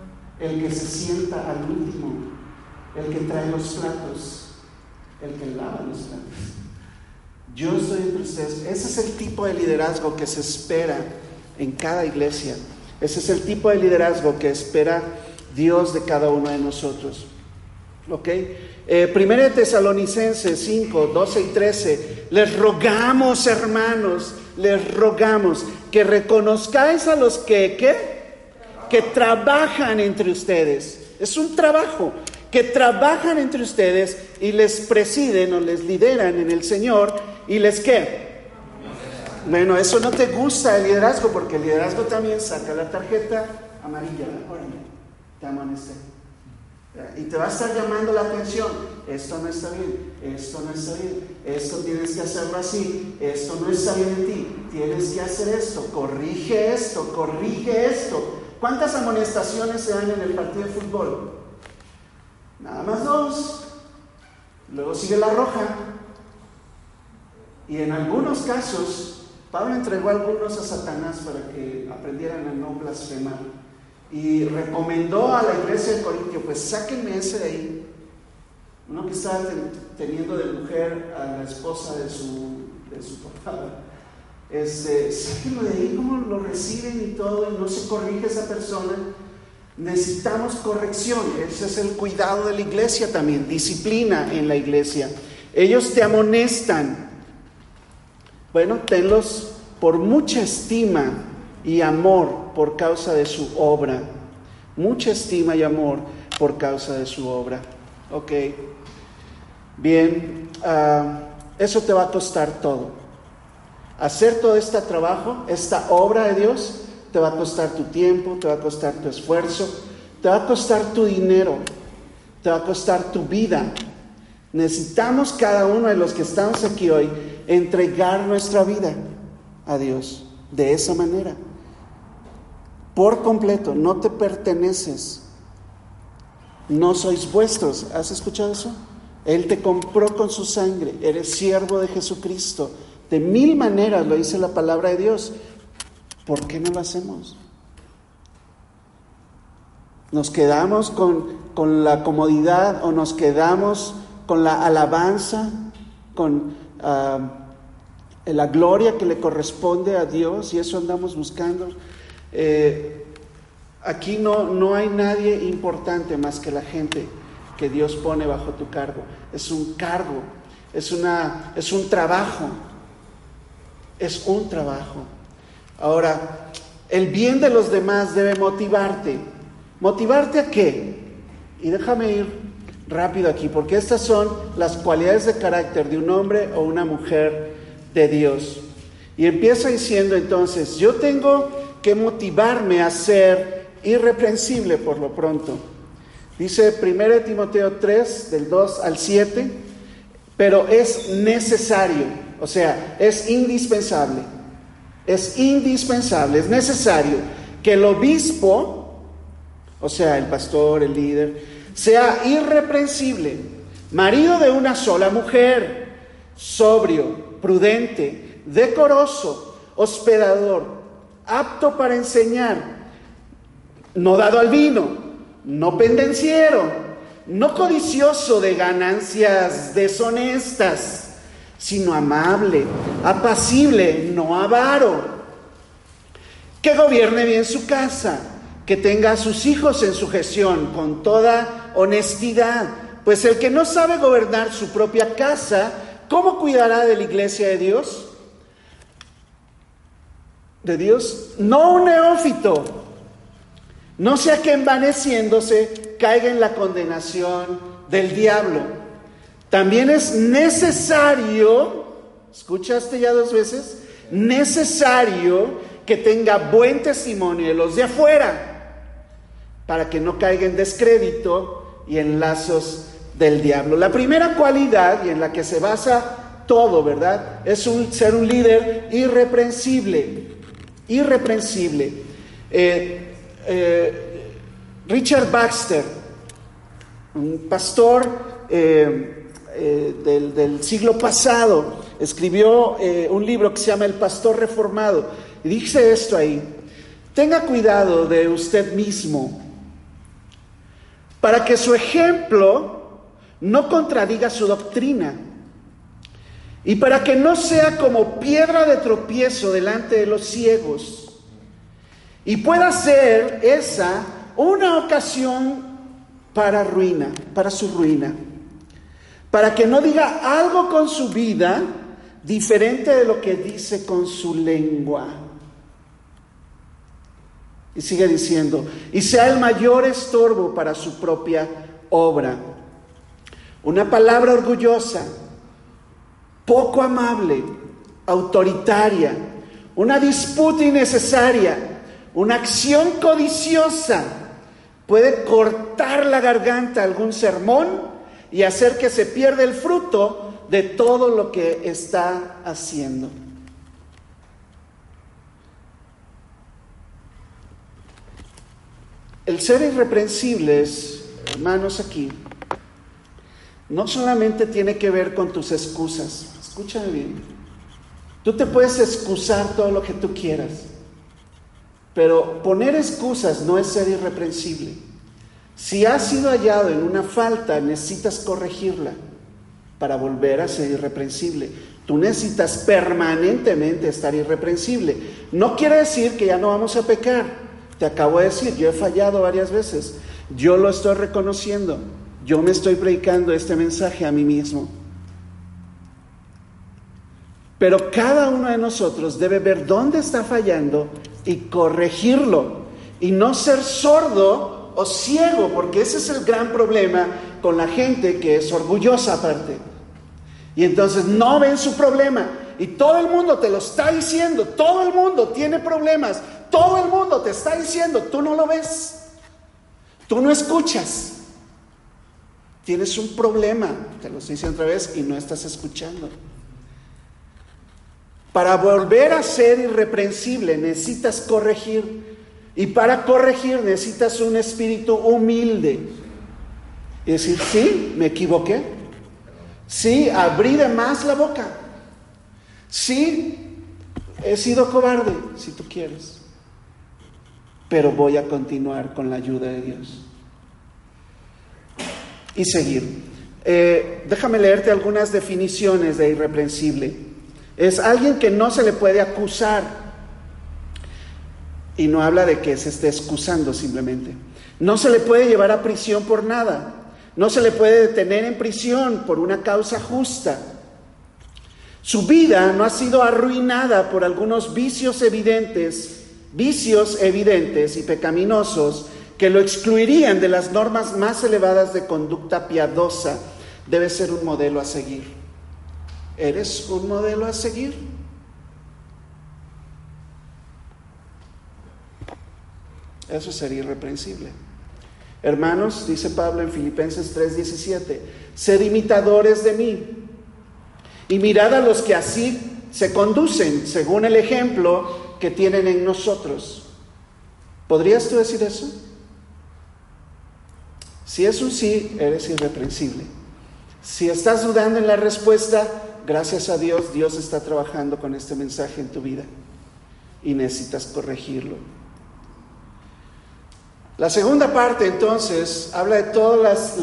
Speaker 1: el que se sienta al último, el que trae los platos, el que lava los platos. Yo estoy entre ustedes. Ese es el tipo de liderazgo que se espera en cada iglesia. Ese es el tipo de liderazgo que espera Dios de cada uno de nosotros. ¿Ok? 1 Tesalonicenses 5, 12 y 13. Les rogamos, hermanos, les rogamos que reconozcáis a los que trabajan entre ustedes. Es un trabajo. Que trabajan entre ustedes y les presiden o les lideran en el Señor y les ¿qué? Bueno, eso no te gusta el liderazgo, porque el liderazgo también saca la tarjeta amarilla. Órale, te amonesté. Y te va a estar llamando la atención. Esto no está bien, esto no está bien, esto tienes que hacerlo así, esto no está bien en ti, tienes que hacer esto, corrige esto, corrige esto. ¿Cuántas amonestaciones se dan en el partido de fútbol? Nada más 2. Luego sigue la roja. Y en algunos casos, Pablo entregó a algunos a Satanás para que aprendieran a no blasfemar. Y recomendó a la iglesia de Corintio, pues sáquenme ese de ahí. Uno que estaba teniendo de mujer a la esposa de su papá. Sáquenlo de ahí, cómo lo reciben y todo, y no se corrige esa persona. Necesitamos corrección. Ese es el cuidado de la iglesia también, disciplina en la iglesia. Ellos te amonestan. Bueno, tenlos por mucha estima y amor por causa de su obra. Mucha estima y amor por causa de su obra. Ok. Bien, eso te va a costar todo. Hacer todo este trabajo, esta obra de Dios, te va a costar tu tiempo, te va a costar tu esfuerzo, te va a costar tu dinero, te va a costar tu vida. Necesitamos cada uno de los que estamos aquí hoy entregar nuestra vida a Dios de esa manera. Por completo, no te perteneces. No sois vuestros. ¿Has escuchado eso? Él te compró con su sangre. Eres siervo de Jesucristo. De 1000 maneras lo dice la palabra de Dios. ¿Por qué no lo hacemos? ¿Nos quedamos con la comodidad o nos quedamos con la alabanza, con la gloria que le corresponde a Dios, y eso andamos buscando? Aquí no hay nadie importante más que la gente que Dios pone bajo tu cargo. Es un cargo, es un trabajo, es un trabajo. Ahora, el bien de los demás debe motivarte. ¿Motivarte a qué? Y déjame ir rápido aquí, porque estas son las cualidades de carácter de un hombre o una mujer de Dios. Y empieza diciendo entonces, yo tengo que motivarme a ser irreprensible por lo pronto. Dice 1 Timoteo 3, del 2 al 7, pero es necesario, o sea, es indispensable, es necesario que el obispo, o sea, el pastor, el líder, sea irreprensible, marido de una sola mujer, sobrio, prudente, decoroso, hospedador, apto para enseñar, no dado al vino, no pendenciero, no codicioso de ganancias deshonestas, sino amable, apacible, no avaro, que gobierne bien su casa, que tenga a sus hijos en sujeción con toda honestidad, pues el que no sabe gobernar su propia casa, ¿cómo cuidará de la iglesia de Dios? De Dios, no un neófito, no sea que envaneciéndose caiga en la condenación del diablo. También es necesario, ¿escuchaste ya 2 veces? Necesario que tenga buen testimonio de los de afuera, para que no caiga en descrédito y en lazos del diablo. La primera cualidad, y en la que se basa todo, ¿verdad?, es ser un líder irreprensible. Irreprensible. Richard Baxter, un pastor del siglo pasado, escribió un libro que se llama El Pastor Reformado, y dice esto ahí: tenga cuidado de usted mismo para que su ejemplo no contradiga su doctrina, y para que no sea como piedra de tropiezo delante de los ciegos, y pueda ser esa una ocasión para su ruina, para que no diga algo con su vida diferente de lo que dice con su lengua. Y sigue diciendo, y sea el mayor estorbo para su propia obra. Una palabra orgullosa, poco amable, autoritaria, una disputa innecesaria, una acción codiciosa puede cortar la garganta a algún sermón y hacer que se pierda el fruto de todo lo que está haciendo. El ser irreprensibles, hermanos, aquí, no solamente tiene que ver con tus excusas. Escúchame bien. Tú te puedes excusar todo lo que tú quieras, pero poner excusas no es ser irreprensible. Si has sido hallado en una falta, necesitas corregirla para volver a ser irreprensible. Tú necesitas permanentemente estar irreprensible. No quiere decir que ya no vamos a pecar. Te acabo de decir, yo he fallado varias veces. Yo lo estoy reconociendo. Yo me estoy predicando este mensaje a mí mismo. Pero cada uno de nosotros debe ver dónde está fallando y corregirlo. Y no ser sordo o ciego, porque ese es el gran problema con la gente que es orgullosa aparte. Y entonces no ven su problema. Y todo el mundo te lo está diciendo. Todo el mundo tiene problemas. Todo el mundo te está diciendo. Tú no lo ves. Tú no escuchas. Tienes un problema. Te lo estoy diciendo otra vez y no estás escuchando. Para volver a ser irreprensible necesitas corregir. Y para corregir necesitas un espíritu humilde. Y decir, sí, me equivoqué. Sí, abrí de más la boca. Sí, he sido cobarde, si tú quieres. Pero voy a continuar con la ayuda de Dios. Y seguir. Déjame leerte algunas definiciones de irreprensible. Es alguien que no se le puede acusar. Y no habla de que se esté excusando simplemente. No se le puede llevar a prisión por nada. No se le puede detener en prisión por una causa justa. Su vida no ha sido arruinada por algunos vicios evidentes y pecaminosos que lo excluirían de las normas más elevadas de conducta piadosa. Debe ser un modelo a seguir. ¿Eres un modelo a seguir? Eso sería irreprensible. Hermanos, dice Pablo en Filipenses 3:17, sed imitadores de mí y mirad a los que así se conducen según el ejemplo que tienen en nosotros. ¿Podrías tú decir eso? Si es un sí, eres irreprensible. Si estás dudando en la respuesta, gracias a Dios, Dios está trabajando con este mensaje en tu vida y necesitas corregirlo. La segunda parte, entonces, habla de todas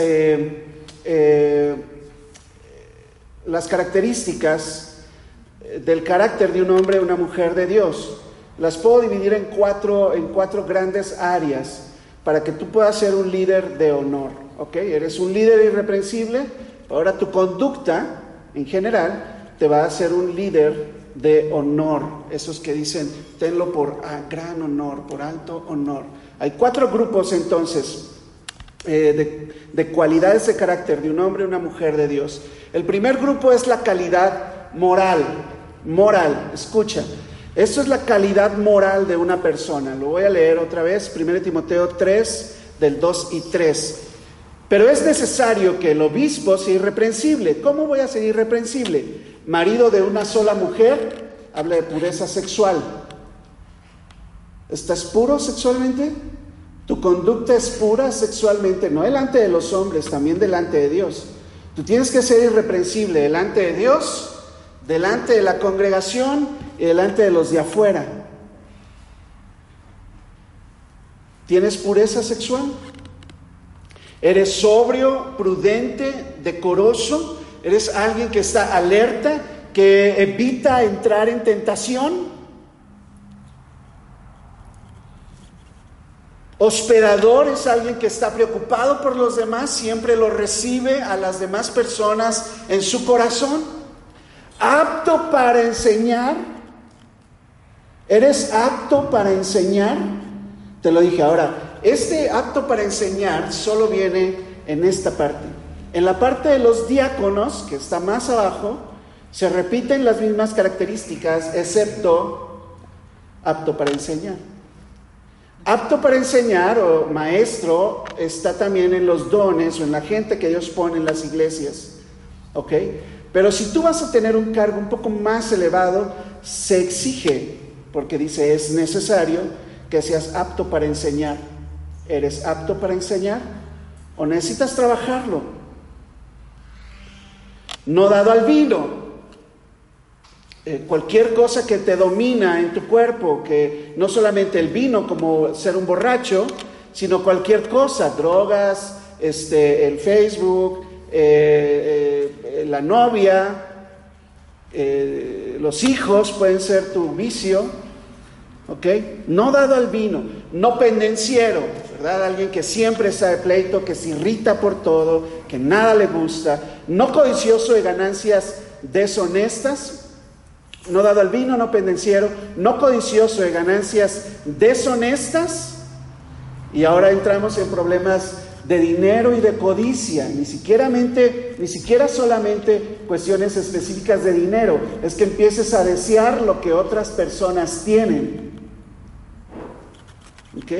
Speaker 1: las características del carácter de un hombre o una mujer de Dios. Las puedo dividir en cuatro grandes áreas para que tú puedas ser un líder de honor. ¿Ok? Eres un líder irreprensible, ahora tu conducta, en general, te va a hacer un líder de honor. Esos que dicen, tenlo por gran honor, por alto honor. Hay 4 grupos entonces de cualidades de carácter de un hombre y una mujer de Dios. El primer grupo es la calidad moral. Escucha, esto es la calidad moral de una persona. Lo voy a leer otra vez, 1 Timoteo 3, del 2 y 3. Pero es necesario que el obispo sea irreprensible. ¿Cómo voy a ser irreprensible? Marido de una sola mujer, habla de pureza sexual. ¿Estás puro sexualmente? Tu conducta es pura sexualmente, no delante de los hombres, también delante de Dios. Tú tienes que ser irreprensible delante de Dios, delante de la congregación y delante de los de afuera. ¿Tienes pureza sexual? ¿Eres sobrio, prudente, decoroso? ¿Eres alguien que está alerta, que evita entrar en tentación? Hospedador es alguien que está preocupado por los demás, siempre lo recibe a las demás personas en su corazón. Apto para enseñar. ¿Eres apto para enseñar? Te lo dije. Ahora, este apto para enseñar solo viene en esta parte. En la parte de los diáconos, que está más abajo, se repiten las mismas características, excepto apto para enseñar. Apto para enseñar o maestro está también en los dones o en la gente que Dios pone en las iglesias, ¿ok? Pero si tú vas a tener un cargo un poco más elevado, se exige, porque dice, es necesario que seas apto para enseñar. ¿Eres apto para enseñar? ¿O necesitas trabajarlo? No dado al vino. Cualquier cosa que te domina en tu cuerpo, que no solamente el vino como ser un borracho, sino cualquier cosa, drogas, el Facebook, la novia, los hijos pueden ser tu vicio, ¿ok? No dado al vino, no pendenciero, ¿verdad? Alguien que siempre está de pleito, que se irrita por todo, que nada le gusta, no codicioso de ganancias deshonestas. No dado al vino, no pendenciero, no codicioso de ganancias deshonestas. Y ahora entramos en problemas de dinero y de codicia. Ni siquiera solamente cuestiones específicas de dinero. Es que empieces a desear lo que otras personas tienen. ¿Ok?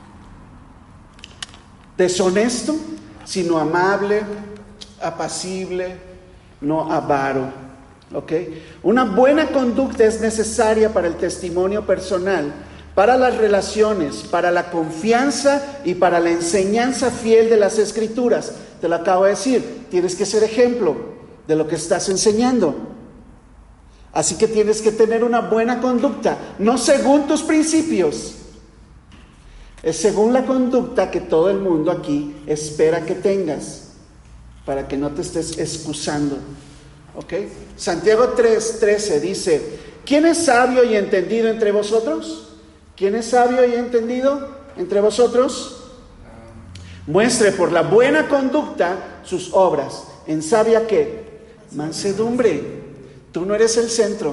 Speaker 1: Deshonesto, sino amable, apacible, no avaro. ¿Ok? Una buena conducta es necesaria para el testimonio personal, para las relaciones, para la confianza y para la enseñanza fiel de las Escrituras. Te lo acabo de decir, tienes que ser ejemplo de lo que estás enseñando. Así que tienes que tener una buena conducta, no según tus principios, es según la conducta que todo el mundo aquí espera que tengas, para que no te estés excusando. ¿Ok? Santiago 3:13 dice, ¿quién es sabio y entendido entre vosotros? ¿Quién es sabio y entendido entre vosotros? Muestre por la buena conducta sus obras. ¿En sabia qué? Mansedumbre. Tú no eres el centro.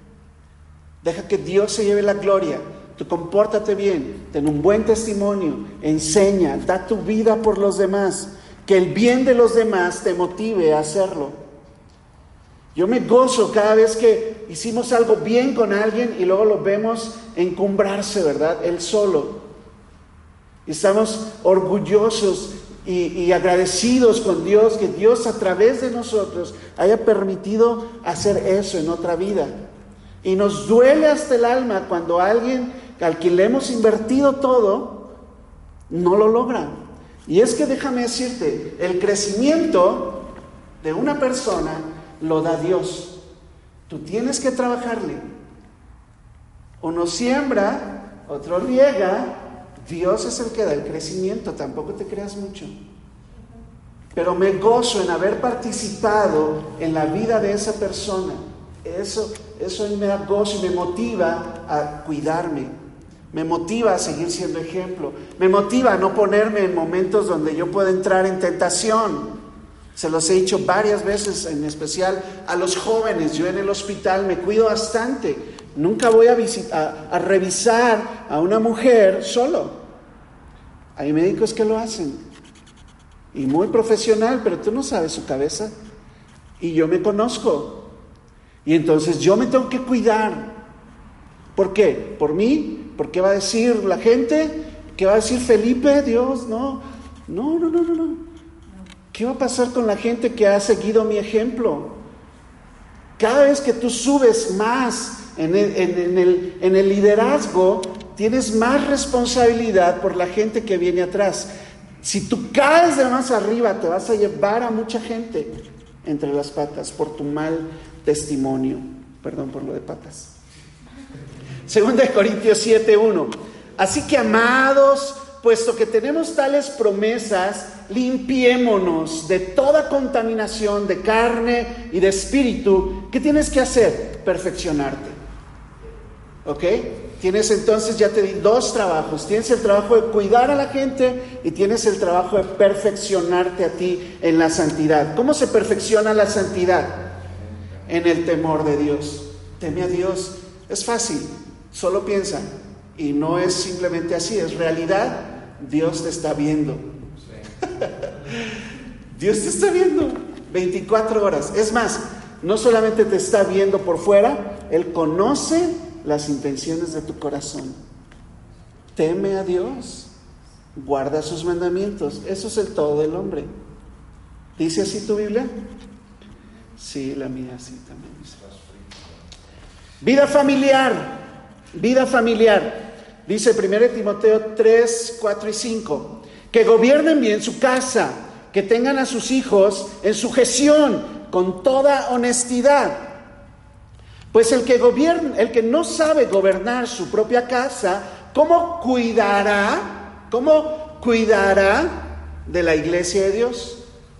Speaker 1: Deja que Dios se lleve la gloria. Tú compórtate bien, ten un buen testimonio, enseña, da tu vida por los demás. Que el bien de los demás te motive a hacerlo. Yo me gozo cada vez que hicimos algo bien con alguien y luego lo vemos encumbrarse, ¿verdad? Él solo. Y estamos orgullosos y agradecidos con Dios, que Dios a través de nosotros haya permitido hacer eso en otra vida. Y nos duele hasta el alma cuando alguien al quien le hemos invertido todo, no lo logra. Y es que déjame decirte, el crecimiento de una persona lo da Dios. Tú tienes que trabajarle. Uno siembra, otro riega. Dios es el que da el crecimiento. Tampoco te creas mucho. Pero me gozo en haber participado en la vida de esa persona. Eso a mí me da gozo y me motiva a cuidarme. Me motiva a seguir siendo ejemplo. Me motiva a no ponerme en momentos donde yo pueda entrar en tentación. Se los he dicho varias veces, en especial a los jóvenes. Yo en el hospital me cuido bastante. Nunca voy a revisar a una mujer solo. Hay médicos que lo hacen. Y muy profesional, pero tú no sabes su cabeza. Y yo me conozco. Y entonces yo me tengo que cuidar. ¿Por qué? ¿Por mí? ¿Por qué va a decir la gente? ¿Qué va a decir Felipe? Dios, no. ¿Qué va a pasar con la gente que ha seguido mi ejemplo? Cada vez que tú subes más en el liderazgo, tienes más responsabilidad por la gente que viene atrás. Si tú caes de más arriba, te vas a llevar a mucha gente entre las patas por tu mal testimonio. Perdón por lo de patas. 2 Corintios 7:1. Así que, amados, puesto que tenemos tales promesas, limpiémonos de toda contaminación de carne y de espíritu. ¿Qué tienes que hacer? Perfeccionarte. ¿Ok? Tienes entonces, ya te di 2 trabajos. Tienes el trabajo de cuidar a la gente y tienes el trabajo de perfeccionarte a ti en la santidad. ¿Cómo se perfecciona la santidad? En el temor de Dios. Teme a Dios. Es fácil, solo piensa. Y no es simplemente así, es realidad. Dios te está viendo. Dios te está viendo 24 horas. Es más, no solamente te está viendo por fuera, Él conoce las intenciones de tu corazón. Teme a Dios, guarda sus mandamientos. Eso es el todo del hombre. ¿Dice así tu Biblia? Sí, la mía sí también dice. Vida familiar. Vida familiar. Dice 1 Timoteo 3, 4 y 5. Que gobiernen bien su casa, que tengan a sus hijos en sujeción con toda honestidad. Pues el que no sabe gobernar su propia casa, ¿cómo cuidará de la iglesia de Dios?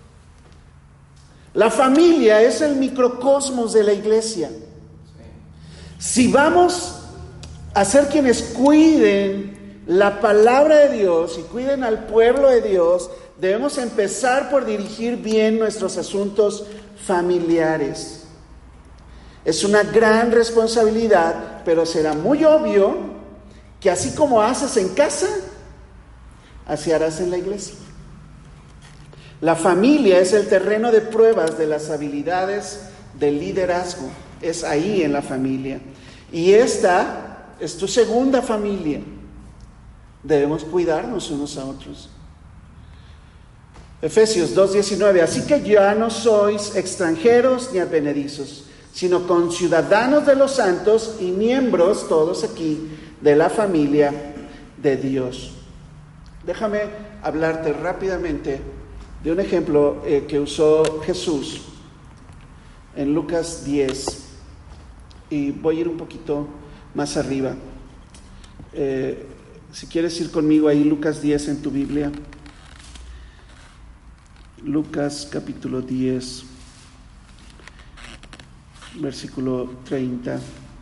Speaker 1: La familia es el microcosmos de la iglesia. Si vamos a ser quienes cuiden la palabra de Dios y cuiden al pueblo de Dios, debemos empezar por dirigir bien nuestros asuntos familiares. Es una gran responsabilidad, pero será muy obvio que así como haces en casa, así harás en la iglesia. La familia es el terreno de pruebas de las habilidades del liderazgo. Es ahí en la familia. Y esta es tu segunda familia. Debemos cuidarnos unos a otros. Efesios 2:19. Así que ya no sois extranjeros ni advenedizos, sino conciudadanos de los santos y miembros, todos aquí, de la familia de Dios. Déjame hablarte rápidamente de un ejemplo que usó Jesús en Lucas 10. Y voy a ir un poquito más arriba. Si quieres ir conmigo ahí, Lucas 10 en tu Biblia. Lucas capítulo 10, versículo 30.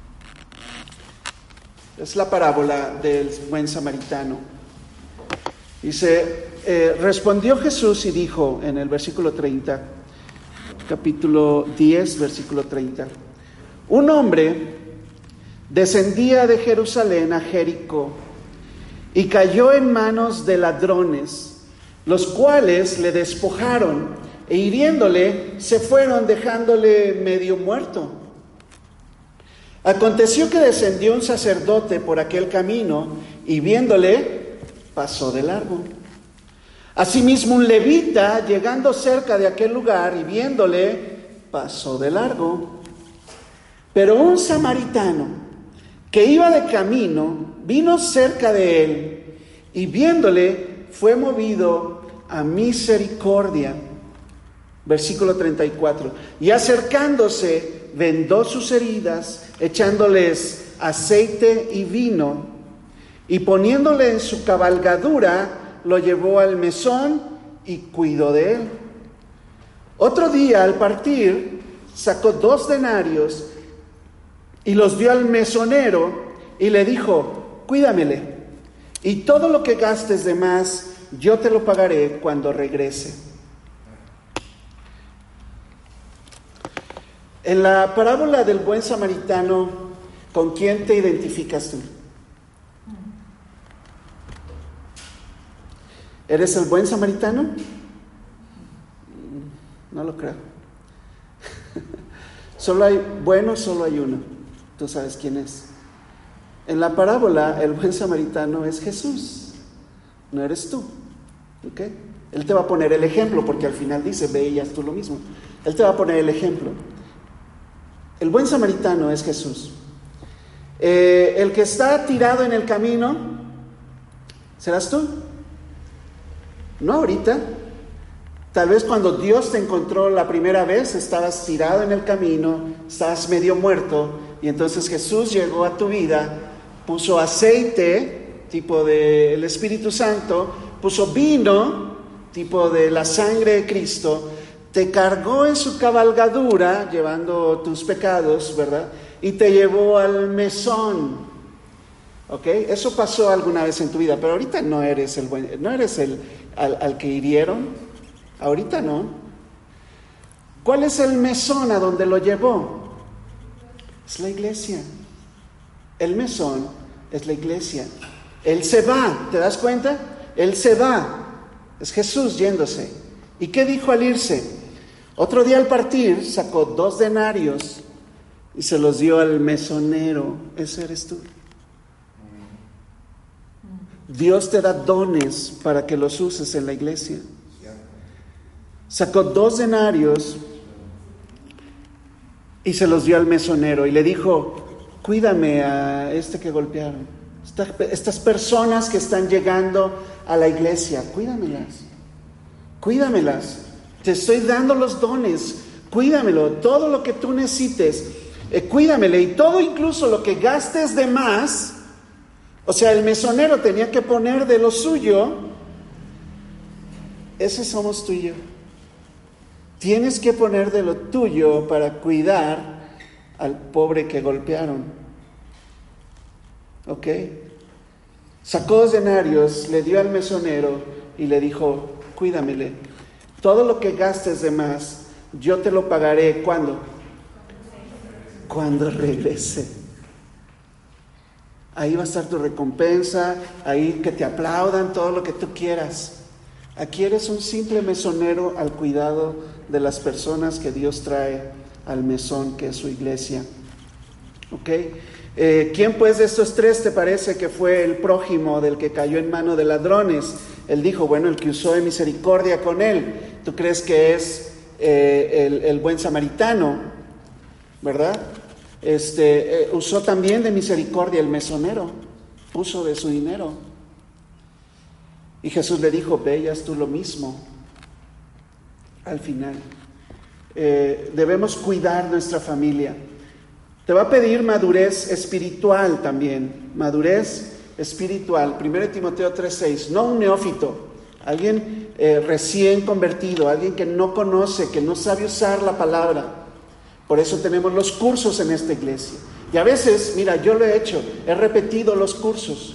Speaker 1: Es la parábola del buen samaritano. Dice, respondió Jesús y dijo en el versículo 30, capítulo 10, versículo 30. Un hombre descendía de Jerusalén a Jericó y cayó en manos de ladrones, los cuales le despojaron e hiriéndole se fueron dejándole medio muerto. Aconteció que descendió un sacerdote por aquel camino y viéndole pasó de largo. Asimismo un levita llegando cerca de aquel lugar y viéndole pasó de largo. Pero un samaritano que iba de camino vino cerca de él y viéndole fue movido a misericordia. Versículo 34. Y acercándose vendó sus heridas, echándoles aceite y vino, y poniéndole en su cabalgadura lo llevó al mesón y cuidó de él. Otro día al partir sacó 2 denarios y los dio al mesonero y le dijo, cuídamele, y todo lo que gastes de más yo te lo pagaré cuando regrese. En la parábola del buen samaritano, ¿con quién te identificas tú? ¿Eres el buen samaritano? No lo creo. Solo hay uno. Tú sabes quién es. En la parábola, el buen samaritano es Jesús. No eres tú. ¿Ok? Él te va a poner el ejemplo, porque al final dice, ve y haz tú lo mismo. Él te va a poner el ejemplo. El buen samaritano es Jesús. El que está tirado en el camino, ¿serás tú? No ahorita. Tal vez cuando Dios te encontró la primera vez, estabas tirado en el camino, estabas medio muerto, y entonces Jesús llegó a tu vida, puso aceite, tipo del Espíritu Santo, puso vino tipo de la sangre de Cristo, te cargó en su cabalgadura, llevando tus pecados, ¿verdad? Y te llevó al mesón. ¿Ok? Eso pasó alguna vez en tu vida, pero ahorita no eres al que hirieron. Ahorita no. ¿Cuál es el mesón a donde lo llevó? Es la iglesia. El mesón es la iglesia. Él se va, ¿te das cuenta? Él se va. Es Jesús yéndose. ¿Y qué dijo al irse? Otro día al partir sacó 2 denarios y se los dio al mesonero. Ese eres tú. Dios te da dones para que los uses en la iglesia. Sacó 2 denarios y se los dio al mesonero y le dijo: cuídame a este que golpearon, estas personas que están llegando a la iglesia, cuídamelas, te estoy dando los dones, cuídamelo, todo lo que tú necesites, cuídamele, y todo, incluso lo que gastes de más. O sea, el mesonero tenía que poner de lo suyo. Ese somos tú y yo. Tienes que poner de lo tuyo para cuidar al pobre que golpearon. ¿Ok? Sacó 2 denarios, le dio al mesonero y le dijo: cuídamele. Todo lo que gastes de más, yo te lo pagaré. ¿Cuándo? Cuando regrese. Ahí va a estar tu recompensa, ahí que te aplaudan, todo lo que tú quieras. Aquí eres un simple mesonero al cuidado de las personas que Dios trae al mesón, que es su iglesia. ¿Ok? ¿Quién pues de estos 3 te parece que fue el prójimo del que cayó en mano de ladrones? Él dijo: bueno, el que usó de misericordia con él. ¿Tú crees que es el buen samaritano? ¿Verdad? Usó también de misericordia el mesonero, puso de su dinero. Y Jesús le dijo: ve y haz tú lo mismo. Al final, debemos cuidar nuestra familia. Te va a pedir madurez espiritual también, madurez espiritual. 1 Timoteo 3:6, no un neófito, alguien recién convertido, alguien que no conoce, que no sabe usar la palabra. Por eso tenemos los cursos en esta iglesia. Y a veces, mira, yo lo he hecho, he repetido los cursos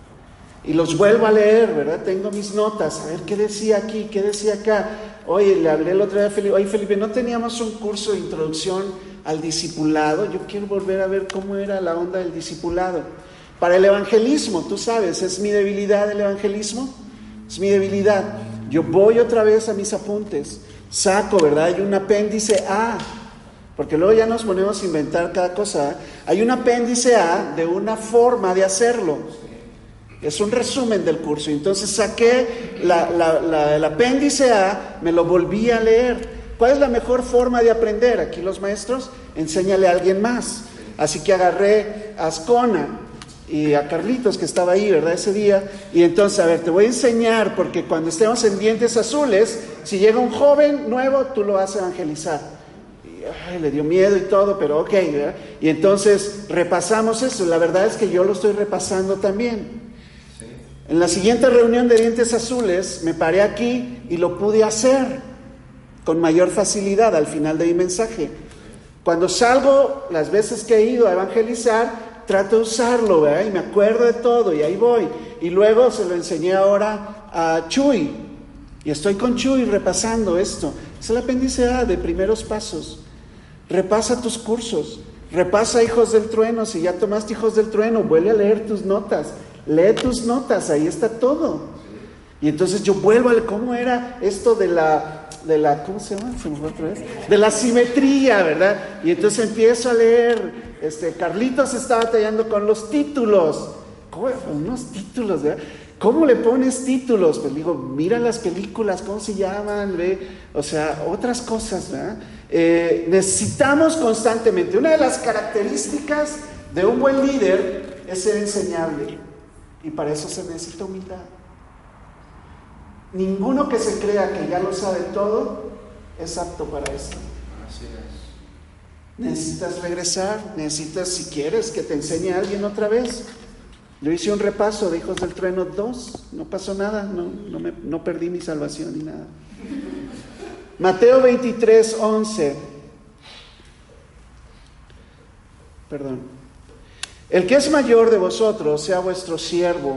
Speaker 1: y los vuelvo a leer, ¿verdad? Tengo mis notas, a ver qué decía aquí, qué decía acá. Oye, le hablé el otro día a Felipe: oye, Felipe, ¿no teníamos un curso de introducción al discipulado? Yo quiero volver a ver cómo era la onda del discipulado. Para el evangelismo, tú sabes, es mi debilidad el evangelismo, es mi debilidad. Yo voy otra vez a mis apuntes, saco, ¿verdad? Hay un apéndice A. Porque luego ya nos ponemos a inventar cada cosa. Hay un apéndice A de una forma de hacerlo. Es un resumen del curso. Entonces saqué el apéndice A, me lo volví a leer. ¿Cuál es la mejor forma de aprender? Aquí los maestros: enséñale a alguien más. Así que agarré a Ascona y a Carlitos, que estaba ahí, ¿verdad? Ese día. Y entonces, a ver, te voy a enseñar, porque cuando estemos en Dientes Azules, si llega un joven nuevo, tú lo vas a evangelizar. Ay, le dio miedo y todo, pero ok, ¿verdad? Y entonces repasamos eso. La verdad es que yo lo estoy repasando también. Sí. En la siguiente reunión de Dientes Azules me paré aquí y lo pude hacer con mayor facilidad al final de mi mensaje. Cuando salgo, las veces que he ido a evangelizar, trato de usarlo, ¿verdad? Y me acuerdo de todo y ahí voy. Y luego se lo enseñé ahora a Chuy y estoy con Chuy repasando esto. Es el apéndice A de Primeros Pasos. Repasa tus cursos, repasa Hijos del Trueno. Si ya tomaste Hijos del Trueno, vuelve a leer tus notas, lee tus notas, ahí está todo. Y entonces yo vuelvo a leer cómo era esto de la ¿cómo se llama? Se me fue otra vez. De la simetría, ¿verdad? Y entonces empiezo a leer. Carlitos estaba batallando con los títulos. ¿Cómo? Unos títulos, ¿verdad? ¿Cómo le pones títulos? Pues digo, mira las películas, ¿cómo se llaman? ¿Ve? O sea, otras cosas, ¿verdad? Necesitamos constantemente. Una de las características de un buen líder es ser enseñable. Y para eso se necesita humildad. Ninguno que se crea que ya lo sabe todo es apto para esto. Así es. Necesitas regresar, necesitas, si quieres, que te enseñe a alguien otra vez. Yo hice un repaso de Hijos del Trueno 2, no pasó nada, no perdí mi salvación ni nada. Mateo 23, 11. Perdón. El que es mayor de vosotros sea vuestro siervo.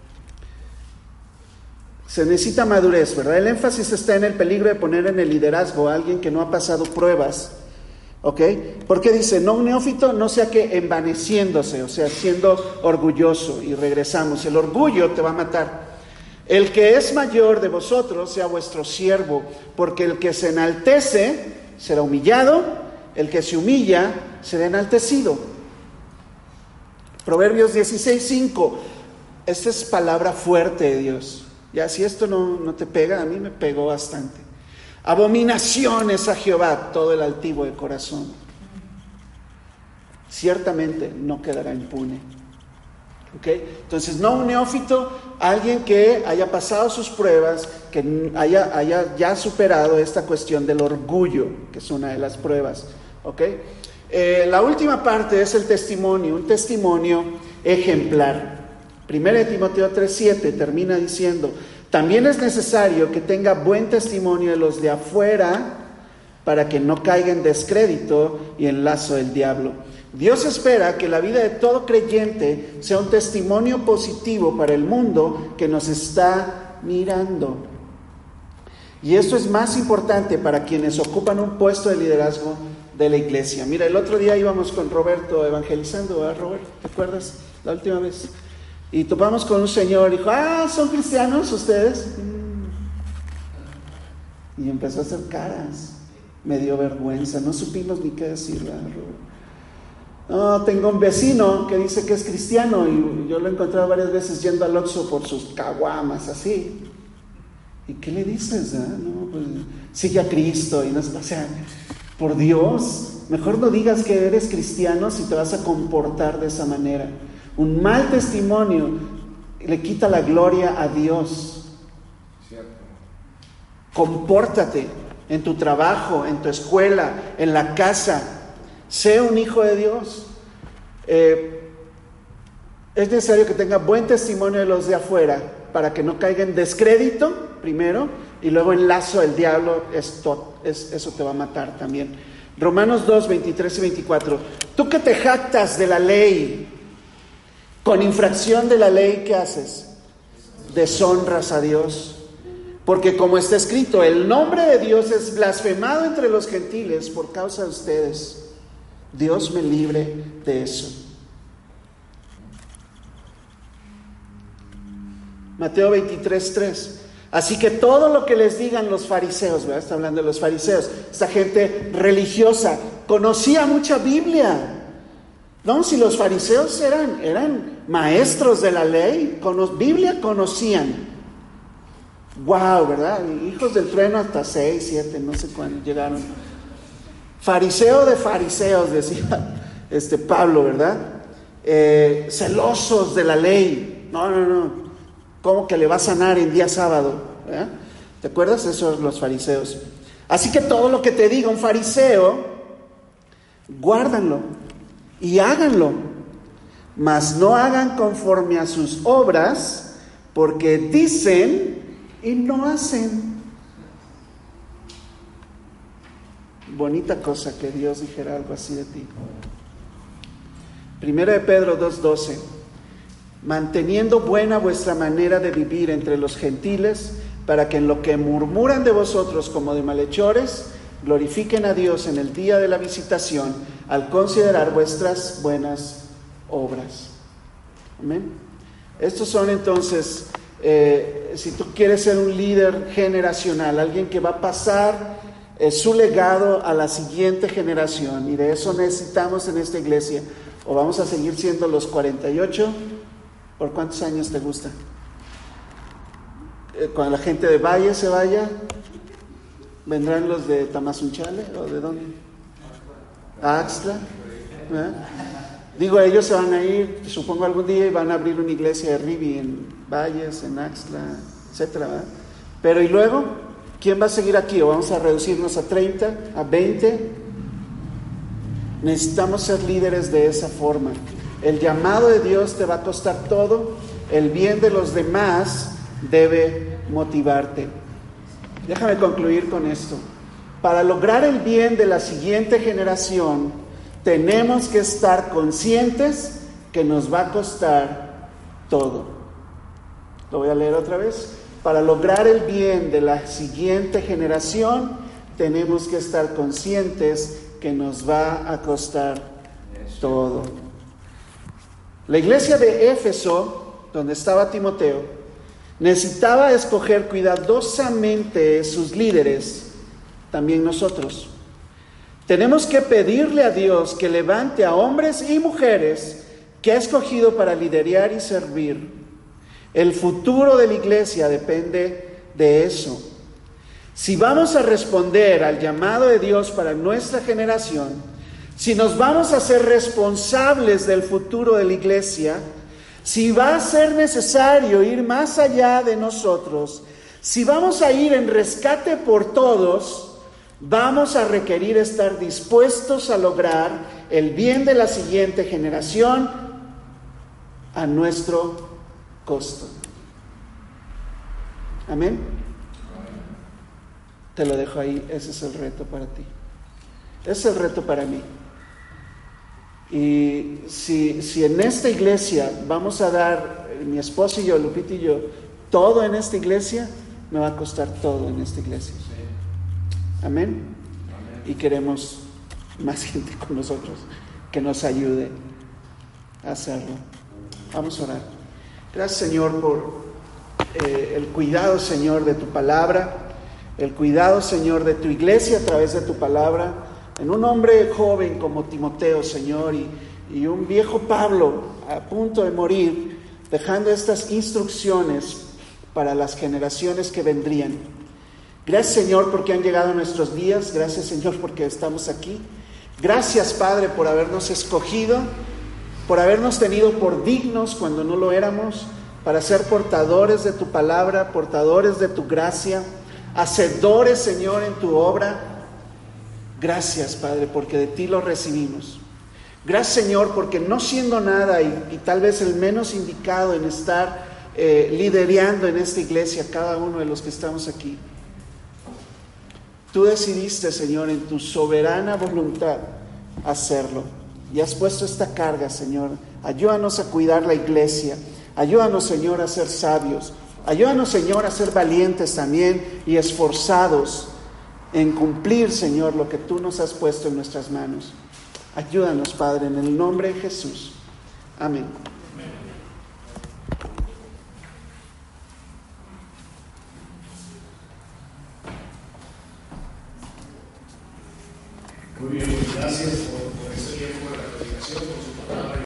Speaker 1: Se necesita madurez, ¿verdad? El énfasis está en el peligro de poner en el liderazgo a alguien que no ha pasado pruebas. ¿Ok? Porque dice, no un neófito, no sea que envaneciéndose, o sea, siendo orgulloso. Y regresamos, el orgullo te va a matar. El que es mayor de vosotros sea vuestro siervo, porque el que se enaltece será humillado, el que se humilla será enaltecido. Proverbios 16:5. Esta es palabra fuerte de Dios. Ya, si esto no te pega, a mí me pegó bastante. Abominaciones a Jehová todo el altivo de corazón. Ciertamente no quedará impune. ¿Ok? Entonces, no un neófito, alguien que haya pasado sus pruebas, que haya ya superado esta cuestión del orgullo, que es una de las pruebas. ¿Ok? La última parte es el testimonio, un testimonio ejemplar. 1 Timoteo 3:7 termina diciendo: también es necesario que tenga buen testimonio de los de afuera para que no caiga en descrédito y en lazo del diablo. Dios espera que la vida de todo creyente sea un testimonio positivo para el mundo que nos está mirando. Y esto es más importante para quienes ocupan un puesto de liderazgo de la iglesia. Mira, el otro día íbamos con Roberto evangelizando, ¿verdad, Robert? ¿Te acuerdas? La última vez. Y topamos con un señor y dijo: ¿son cristianos ustedes? Y empezó a hacer caras. Me dio vergüenza, no supimos ni qué decir, ¿verdad, Robert? No, tengo un vecino que dice que es cristiano y yo lo he encontrado varias veces yendo al Oxxo por sus caguamas, así. ¿Y qué le dices? No, pues sigue a Cristo y no, o sea, por Dios, mejor no digas que eres cristiano si te vas a comportar de esa manera. Un mal testimonio le quita la gloria a Dios. Cierto. Compórtate en tu trabajo, en tu escuela, en la casa. Sé un hijo de Dios. Es necesario que tenga buen testimonio de los de afuera para que no caiga en descrédito primero y luego en lazo del diablo. Eso te va a matar también. Romanos 2, 23 y 24. Tú que te jactas de la ley, con infracción de la ley, ¿qué haces? Deshonras a Dios. Porque como está escrito, el nombre de Dios es blasfemado entre los gentiles por causa de ustedes. Dios me libre de eso. Mateo 23:3. Así que todo lo que les digan los fariseos, ¿verdad? Está hablando de los fariseos, esta gente religiosa, conocía mucha Biblia. No, si los fariseos eran maestros de la ley, Biblia conocían. Wow, ¿verdad? Hijos del trueno hasta 6, 7, no sé cuándo llegaron. Fariseo de fariseos, decía Pablo, ¿verdad? Celosos de la ley. No. ¿Cómo que le va a sanar en día sábado? ¿Verdad? ¿Te acuerdas? Esos son los fariseos. Así que todo lo que te diga un fariseo, guárdanlo y háganlo. Mas no hagan conforme a sus obras, porque dicen y no hacen. Bonita cosa que Dios dijera algo así de ti. 1 de Pedro 2:12. Manteniendo buena vuestra manera de vivir entre los gentiles, para que en lo que murmuran de vosotros como de malhechores, glorifiquen a Dios en el día de la visitación, al considerar vuestras buenas obras. Amén. Estos son entonces, si tú quieres ser un líder generacional, alguien que va a pasar su legado a la siguiente generación, y de eso necesitamos en esta iglesia. O vamos a seguir siendo los 48. ¿Por cuántos años te gusta? Cuando la gente de Valle se vaya, ¿vendrán los de Tamazunchale o de dónde? Axtla. Digo, ellos se van a ir, supongo, algún día, y van a abrir una iglesia de Rivi en Valles, en Axtla, etcétera, ¿verdad? Pero ¿y luego? ¿Quién va a seguir aquí? ¿O vamos a reducirnos a 30, a 20? Necesitamos ser líderes de esa forma. El llamado de Dios te va a costar todo. El bien de los demás debe motivarte. Déjame concluir con esto. Para lograr el bien de la siguiente generación, tenemos que estar conscientes que nos va a costar todo. Lo voy a leer otra vez. Para lograr el bien de la siguiente generación, tenemos que estar conscientes que nos va a costar todo. La iglesia de Éfeso, donde estaba Timoteo, necesitaba escoger cuidadosamente sus líderes, también nosotros. Tenemos que pedirle a Dios que levante a hombres y mujeres que ha escogido para liderar y servir. El futuro de la iglesia depende de eso. Si vamos a responder al llamado de Dios para nuestra generación, si nos vamos a ser responsables del futuro de la iglesia, si va a ser necesario ir más allá de nosotros, si vamos a ir en rescate por todos, vamos a requerir estar dispuestos a lograr el bien de la siguiente generación a nuestro costo. Amén. Te lo dejo ahí. Ese es el reto para ti. Ese es el reto para mí. Y si en esta iglesia vamos a dar, mi esposo y yo, Lupita y yo, todo en esta iglesia, me va a costar todo en esta iglesia. Amén. Y queremos más gente con nosotros que nos ayude a hacerlo. Vamos a orar. Gracias, Señor, por el cuidado, Señor, de tu palabra, el cuidado, Señor, de tu iglesia a través de tu palabra, en un hombre joven como Timoteo, Señor, y un viejo Pablo a punto de morir, dejando estas instrucciones para las generaciones que vendrían. Gracias, Señor, porque han llegado nuestros días. Gracias, Señor, porque estamos aquí. Gracias, Padre, por habernos escogido, por habernos tenido por dignos cuando no lo éramos, para ser portadores de tu palabra, portadores de tu gracia, hacedores, Señor, en tu obra. Gracias, Padre, porque de ti lo recibimos. Gracias, Señor, porque no siendo nada y tal vez el menos indicado en estar liderando en esta iglesia, cada uno de los que estamos aquí, tú decidiste, Señor, en tu soberana voluntad hacerlo. Y has puesto esta carga, Señor. Ayúdanos a cuidar la iglesia. Ayúdanos, Señor, a ser sabios. Ayúdanos, Señor, a ser valientes también y esforzados en cumplir, Señor, lo que tú nos has puesto en nuestras manos. Ayúdanos, Padre, en el nombre de Jesús. Amén.
Speaker 2: Muy bien, gracias por este tiempo de la predicación, por su palabra.